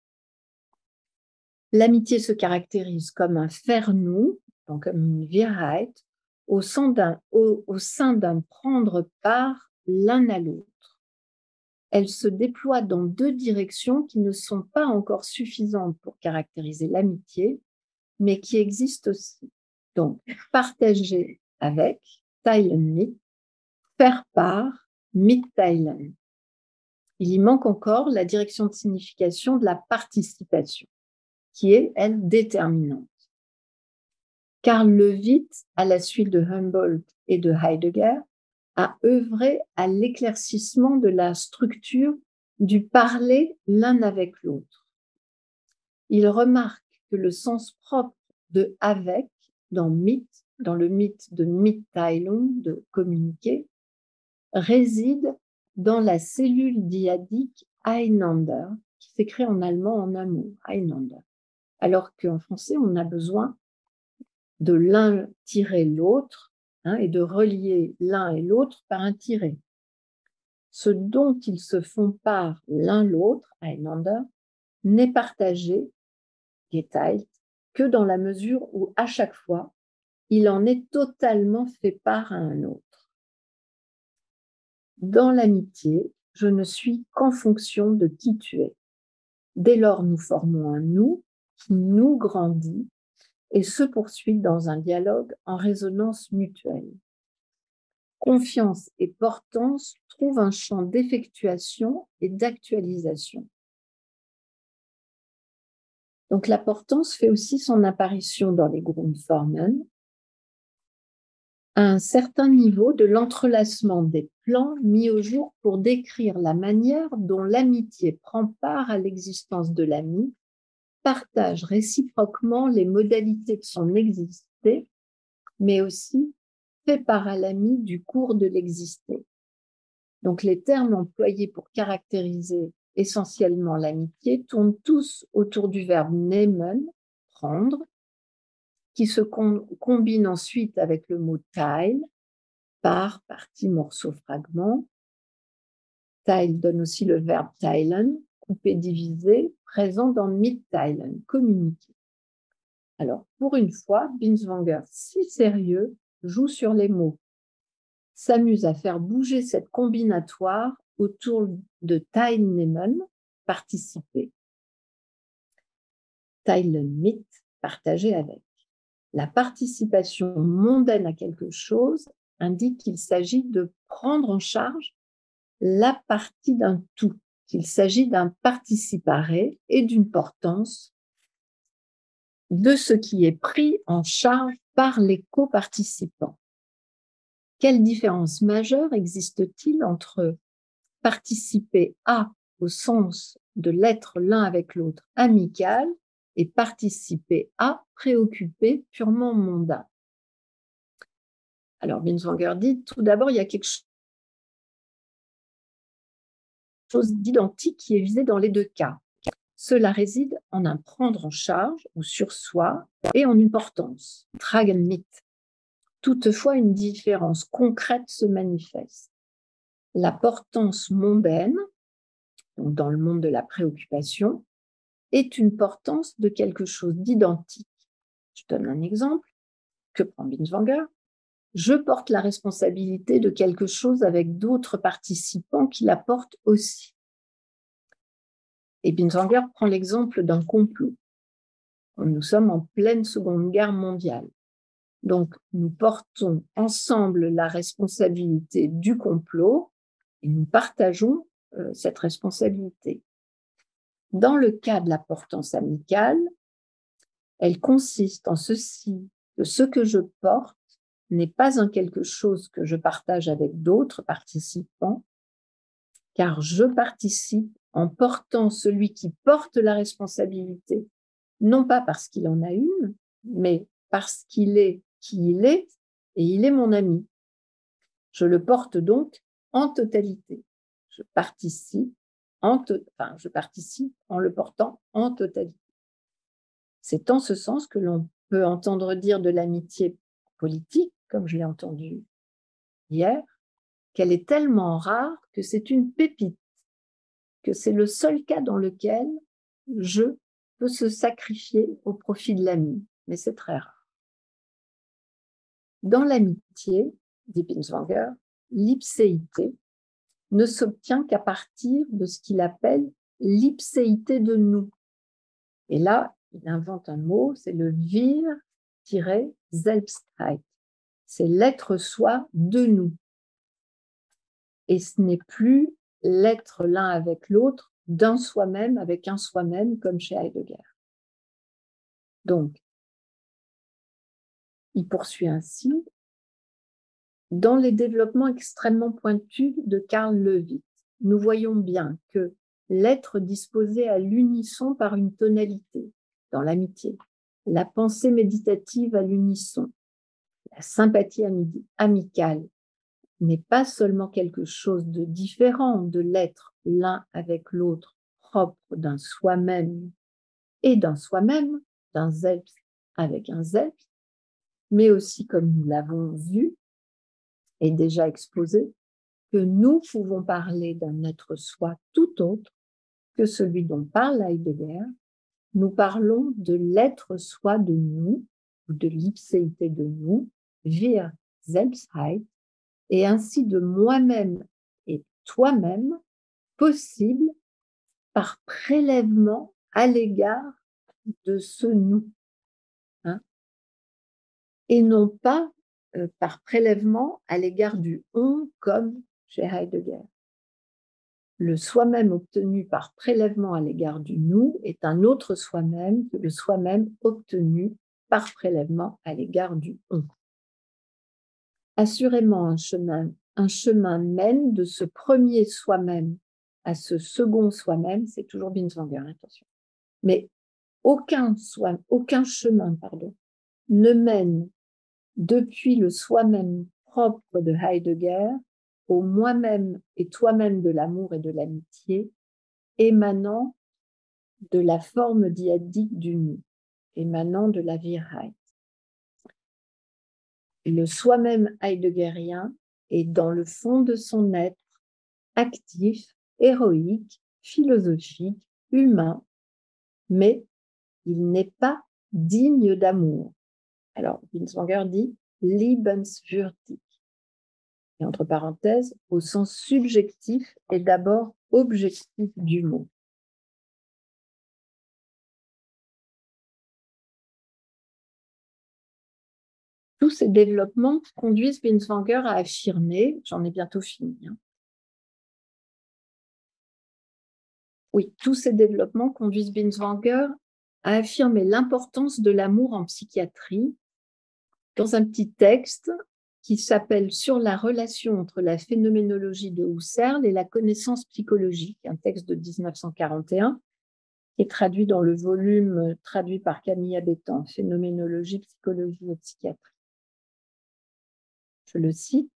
L'amitié se caractérise comme un faire-nous, donc comme une Wirheit, au sein d'un, au, au sein d'un prendre part l'un à l'autre. Elle se déploie dans deux directions qui ne sont pas encore suffisantes pour caractériser l'amitié, mais qui existent aussi. Donc, partager avec, teilen mit, faire part, mitteilen. Il y manque encore la direction de signification de la participation, qui est, elle, déterminante. Karl Levitt, à la suite de Humboldt et de Heidegger, a œuvré à l'éclaircissement de la structure du parler l'un avec l'autre. Il remarque que le sens propre de avec dans mit, dans le mythe de Mitteilung, de communiquer, réside dans la cellule dyadique einander, qui s'écrit en allemand en un mot, einander, alors qu'en français, on a besoin de l'un tirer l'autre hein, et de relier l'un et l'autre par un tiret. Ce dont ils se font part l'un l'autre, einander, n'est partagé, geteilt, que dans la mesure où, à chaque fois, il en est totalement fait part à un autre. Dans l'amitié, je ne suis qu'en fonction de qui tu es. Dès lors, nous formons un nous qui nous grandit et se poursuit dans un dialogue en résonance mutuelle. Confiance et portance trouvent un champ d'effectuation et d'actualisation. Donc la portance fait aussi son apparition dans les Grundformen à un certain niveau de l'entrelacement des plans mis au jour pour décrire la manière dont l'amitié prend part à l'existence de l'ami, partage réciproquement les modalités de son exister, mais aussi fait part à l'ami du cours de l'exister. Donc les termes employés pour caractériser essentiellement l'amitié tournent tous autour du verbe nehmen, prendre, qui se com- combine ensuite avec le mot teil, part, partie, morceau, fragment. Teil donne aussi le verbe teilen, couper, diviser, présent dans mitteilen, communiquer. Alors, pour une fois, Binswanger, si sérieux, joue sur les mots, s'amuse à faire bouger cette combinatoire autour de teilnehmen, participer, teilen mit, partager avec. La participation mondaine à quelque chose indique qu'il s'agit de prendre en charge la partie d'un tout, qu'il s'agit d'un participaré et d'une portance de ce qui est pris en charge par les coparticipants. Quelle différence majeure existe-t-il entre participer à, au sens de l'être l'un avec l'autre amical, et participer à, préoccuper, purement mondain? Alors, Binswanger dit, tout d'abord, il y a quelque chose d'identique qui est visé dans les deux cas. Cela réside en un prendre en charge ou sur soi et en une portance, tragen mit. Toutefois, une différence concrète se manifeste. La portance mondaine, donc dans le monde de la préoccupation, est une portance de quelque chose d'identique. Je donne un exemple. Que prend Binswanger? Je porte la responsabilité de quelque chose avec d'autres participants qui la portent aussi. Et Binswanger prend l'exemple d'un complot. Nous sommes en pleine Seconde Guerre mondiale. Donc, nous portons ensemble la responsabilité du complot et nous partageons euh, cette responsabilité. Dans le cas de la portance amicale, elle consiste en ceci, que ce que je porte n'est pas un quelque chose que je partage avec d'autres participants, car je participe en portant celui qui porte la responsabilité, non pas parce qu'il en a une, mais parce qu'il est qui il est, et il est mon ami. Je le porte donc en totalité. Je participe en, to- enfin, je participe en le portant en totalité. C'est en ce sens que l'on peut entendre dire de l'amitié politique, comme je l'ai entendu hier, qu'elle est tellement rare que c'est une pépite, que c'est le seul cas dans lequel je peux se sacrifier au profit de l'ami, mais c'est très rare. Dans l'amitié, dit Binswanger, l'ipséité ne s'obtient qu'à partir de ce qu'il appelle l'ipséité de nous. Et là, il invente un mot, c'est le Wir-Selbstheit. C'est l'être soi de nous. Et ce n'est plus l'être l'un avec l'autre, d'un soi-même avec un soi-même, comme chez Heidegger. Donc, il poursuit ainsi, dans les développements extrêmement pointus de Karl Leuwitz, nous voyons bien que l'être disposé à l'unisson par une tonalité, dans l'amitié, la pensée méditative à l'unisson, la sympathie amicale, n'est pas seulement quelque chose de différent de l'être l'un avec l'autre, propre d'un soi-même et d'un soi-même, d'un selbst avec un selbst, mais aussi, comme nous l'avons vu et déjà exposé, que nous pouvons parler d'un être soi tout autre que celui dont parle Heidegger. Nous parlons de l'être soi de nous, ou de l'ipséité de nous, wir Selbstheit, et ainsi de moi-même et toi-même, possible par prélèvement à l'égard de ce nous, hein, et non pas euh, par prélèvement à l'égard du on comme chez Heidegger. Le soi-même obtenu par prélèvement à l'égard du nous est un autre soi-même que le soi-même obtenu par prélèvement à l'égard du on. Assurément, un chemin, un chemin mène de ce premier soi-même à ce second soi-même, c'est toujours Binswanger, attention. Mais aucun, soi, aucun chemin pardon, ne mène depuis le soi-même propre de Heidegger au moi-même et toi-même de l'amour et de l'amitié, émanant de la forme dyadique du nous, émanant de la Wirheit. Le soi-même heideggerien est dans le fond de son être actif, héroïque, philosophique, humain, mais il n'est pas digne d'amour. Alors, Binswanger dit « liebenswürdig ». Et entre parenthèses, au sens subjectif et d'abord objectif du mot. Tous ces développements conduisent Binswanger à affirmer, j'en ai bientôt fini, hein. Oui, tous ces développements conduisent Binswanger à affirmer l'importance de l'amour en psychiatrie dans un petit texte qui s'appelle « Sur la relation entre la phénoménologie de Husserl et la connaissance psychologique », un texte de mille neuf cent quarante et un, qui est traduit dans le volume traduit par Camille Abétan, « Phénoménologie, psychologie et psychiatrie ». Je le cite.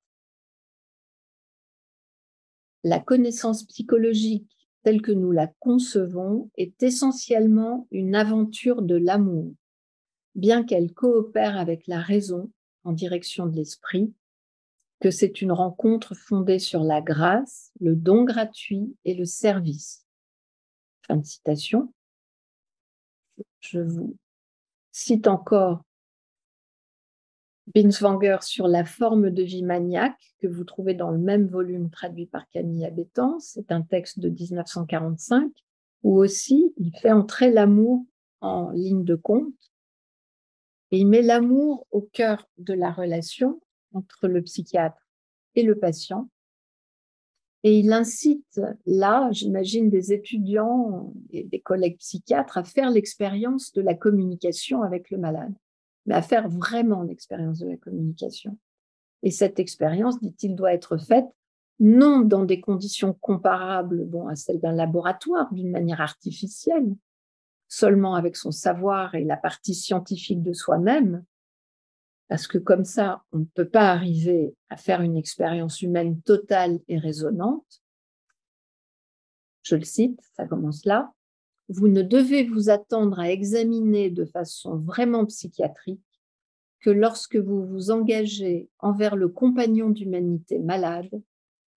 « La connaissance psychologique telle que nous la concevons est essentiellement une aventure de l'amour, bien qu'elle coopère avec la raison en direction de l'esprit, que c'est une rencontre fondée sur la grâce, le don gratuit et le service. » Fin de citation. Je vous cite encore Binswanger sur la forme de vie maniaque, que vous trouvez dans le même volume traduit par Camille Abétan. C'est un texte de mille neuf cent quarante-cinq, où aussi il fait entrer l'amour en ligne de compte. Et il met l'amour au cœur de la relation entre le psychiatre et le patient. Et il incite là, j'imagine, des étudiants et des collègues psychiatres à faire l'expérience de la communication avec le malade, mais à faire vraiment l'expérience de la communication. Et cette expérience, dit-il, doit être faite non dans des conditions comparables bon, à celles d'un laboratoire, d'une manière artificielle, seulement avec son savoir et la partie scientifique de soi-même, parce que comme ça, on ne peut pas arriver à faire une expérience humaine totale et résonante. Je le cite, ça commence là. « Vous ne devez vous attendre à examiner de façon vraiment psychiatrique que lorsque vous vous engagez envers le compagnon d'humanité malade,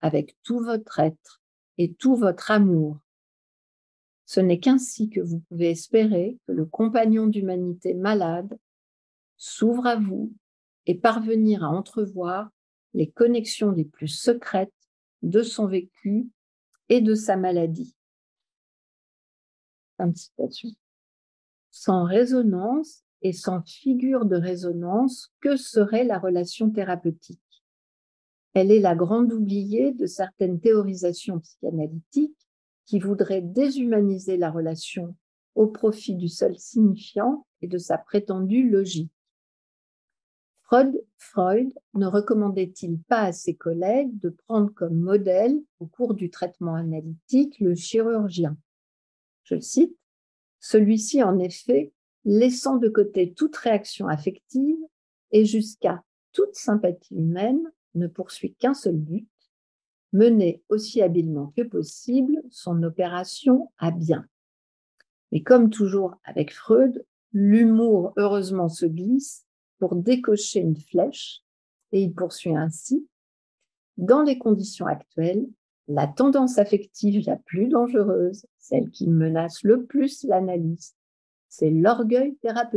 avec tout votre être et tout votre amour. Ce n'est qu'ainsi que vous pouvez espérer que le compagnon d'humanité malade s'ouvre à vous et parvenir à entrevoir les connexions les plus secrètes de son vécu et de sa maladie. Fin de citation. Sans résonance et sans figure de résonance, que serait la relation thérapeutique? Elle est la grande oubliée de certaines théorisations psychanalytiques qui voudraient déshumaniser la relation au profit du seul signifiant et de sa prétendue logique. Freud, Freud ne recommandait-il pas à ses collègues de prendre comme modèle, au cours du traitement analytique, le chirurgien? Je le cite, « Celui-ci, en effet, laissant de côté toute réaction affective et jusqu'à toute sympathie humaine, ne poursuit qu'un seul but, mener aussi habilement que possible son opération à bien. » Mais comme toujours avec Freud, l'humour heureusement se glisse pour décocher une flèche, et il poursuit ainsi, « Dans les conditions actuelles, la tendance affective la plus dangereuse, celle qui menace le plus l'analyste, c'est l'orgueil thérapeutique. »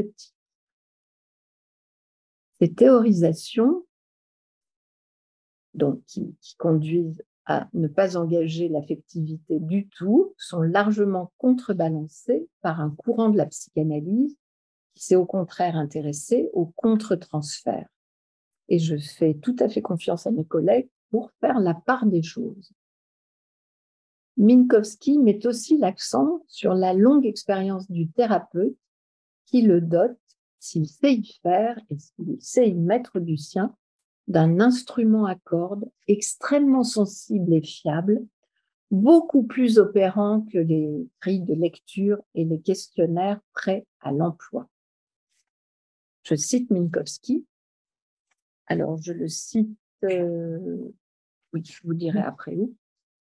Ces théorisations, donc, qui, qui conduisent à ne pas engager l'affectivité du tout, sont largement contrebalancées par un courant de la psychanalyse qui s'est au contraire intéressé au contre-transfert. Et je fais tout à fait confiance à mes collègues pour faire la part des choses. Minkowski met aussi l'accent sur la longue expérience du thérapeute qui le dote, s'il sait y faire et s'il sait y mettre du sien, d'un instrument à cordes extrêmement sensible et fiable, beaucoup plus opérant que les grilles de lecture et les questionnaires prêts à l'emploi. Je cite Minkowski. Alors, je le cite, euh, oui, je vous dirai après où.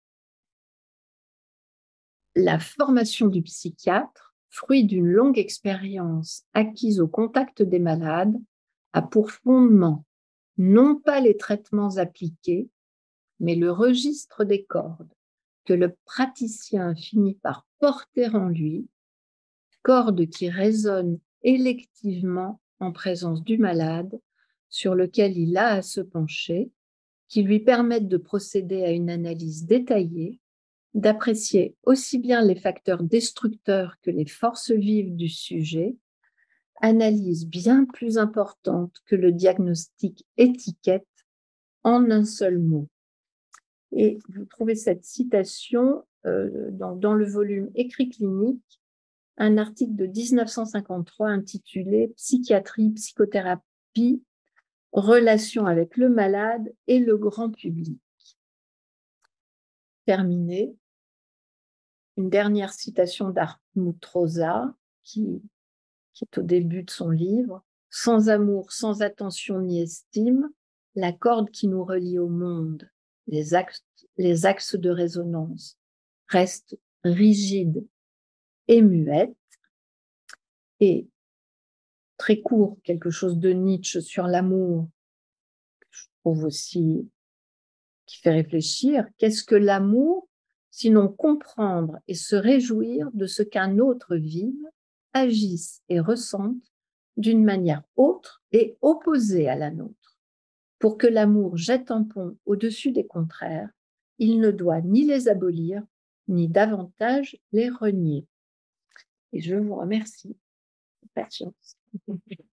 La formation du psychiatre, fruit d'une longue expérience acquise au contact des malades, a pour fondement non pas les traitements appliqués, mais le registre des cordes que le praticien finit par porter en lui, cordes qui résonnent électivement en présence du malade, sur lequel il a à se pencher, qui lui permettent de procéder à une analyse détaillée, d'apprécier aussi bien les facteurs destructeurs que les forces vives du sujet, analyse bien plus importante que le diagnostic étiquette en un seul mot. Et vous trouvez cette citation euh, dans, dans le volume Écrit clinique, un article de mille neuf cent cinquante-trois intitulé « Psychiatrie, psychothérapie, relation avec le malade et le grand public ». Terminé, une dernière citation d'Hartmut Rosa, qui, qui est au début de son livre. « Sans amour, sans attention ni estime, la corde qui nous relie au monde, les axes, les axes de résonance, restent rigides et muettes. » Et très court, quelque chose de Nietzsche sur l'amour, que je trouve aussi qui fait réfléchir. Qu'est-ce que l'amour, sinon comprendre et se réjouir de ce qu'un autre vive, agisse et ressente d'une manière autre et opposée à la nôtre. Pour que l'amour jette un pont au-dessus des contraires, il ne doit ni les abolir, ni davantage les renier. Et je vous remercie. Patience.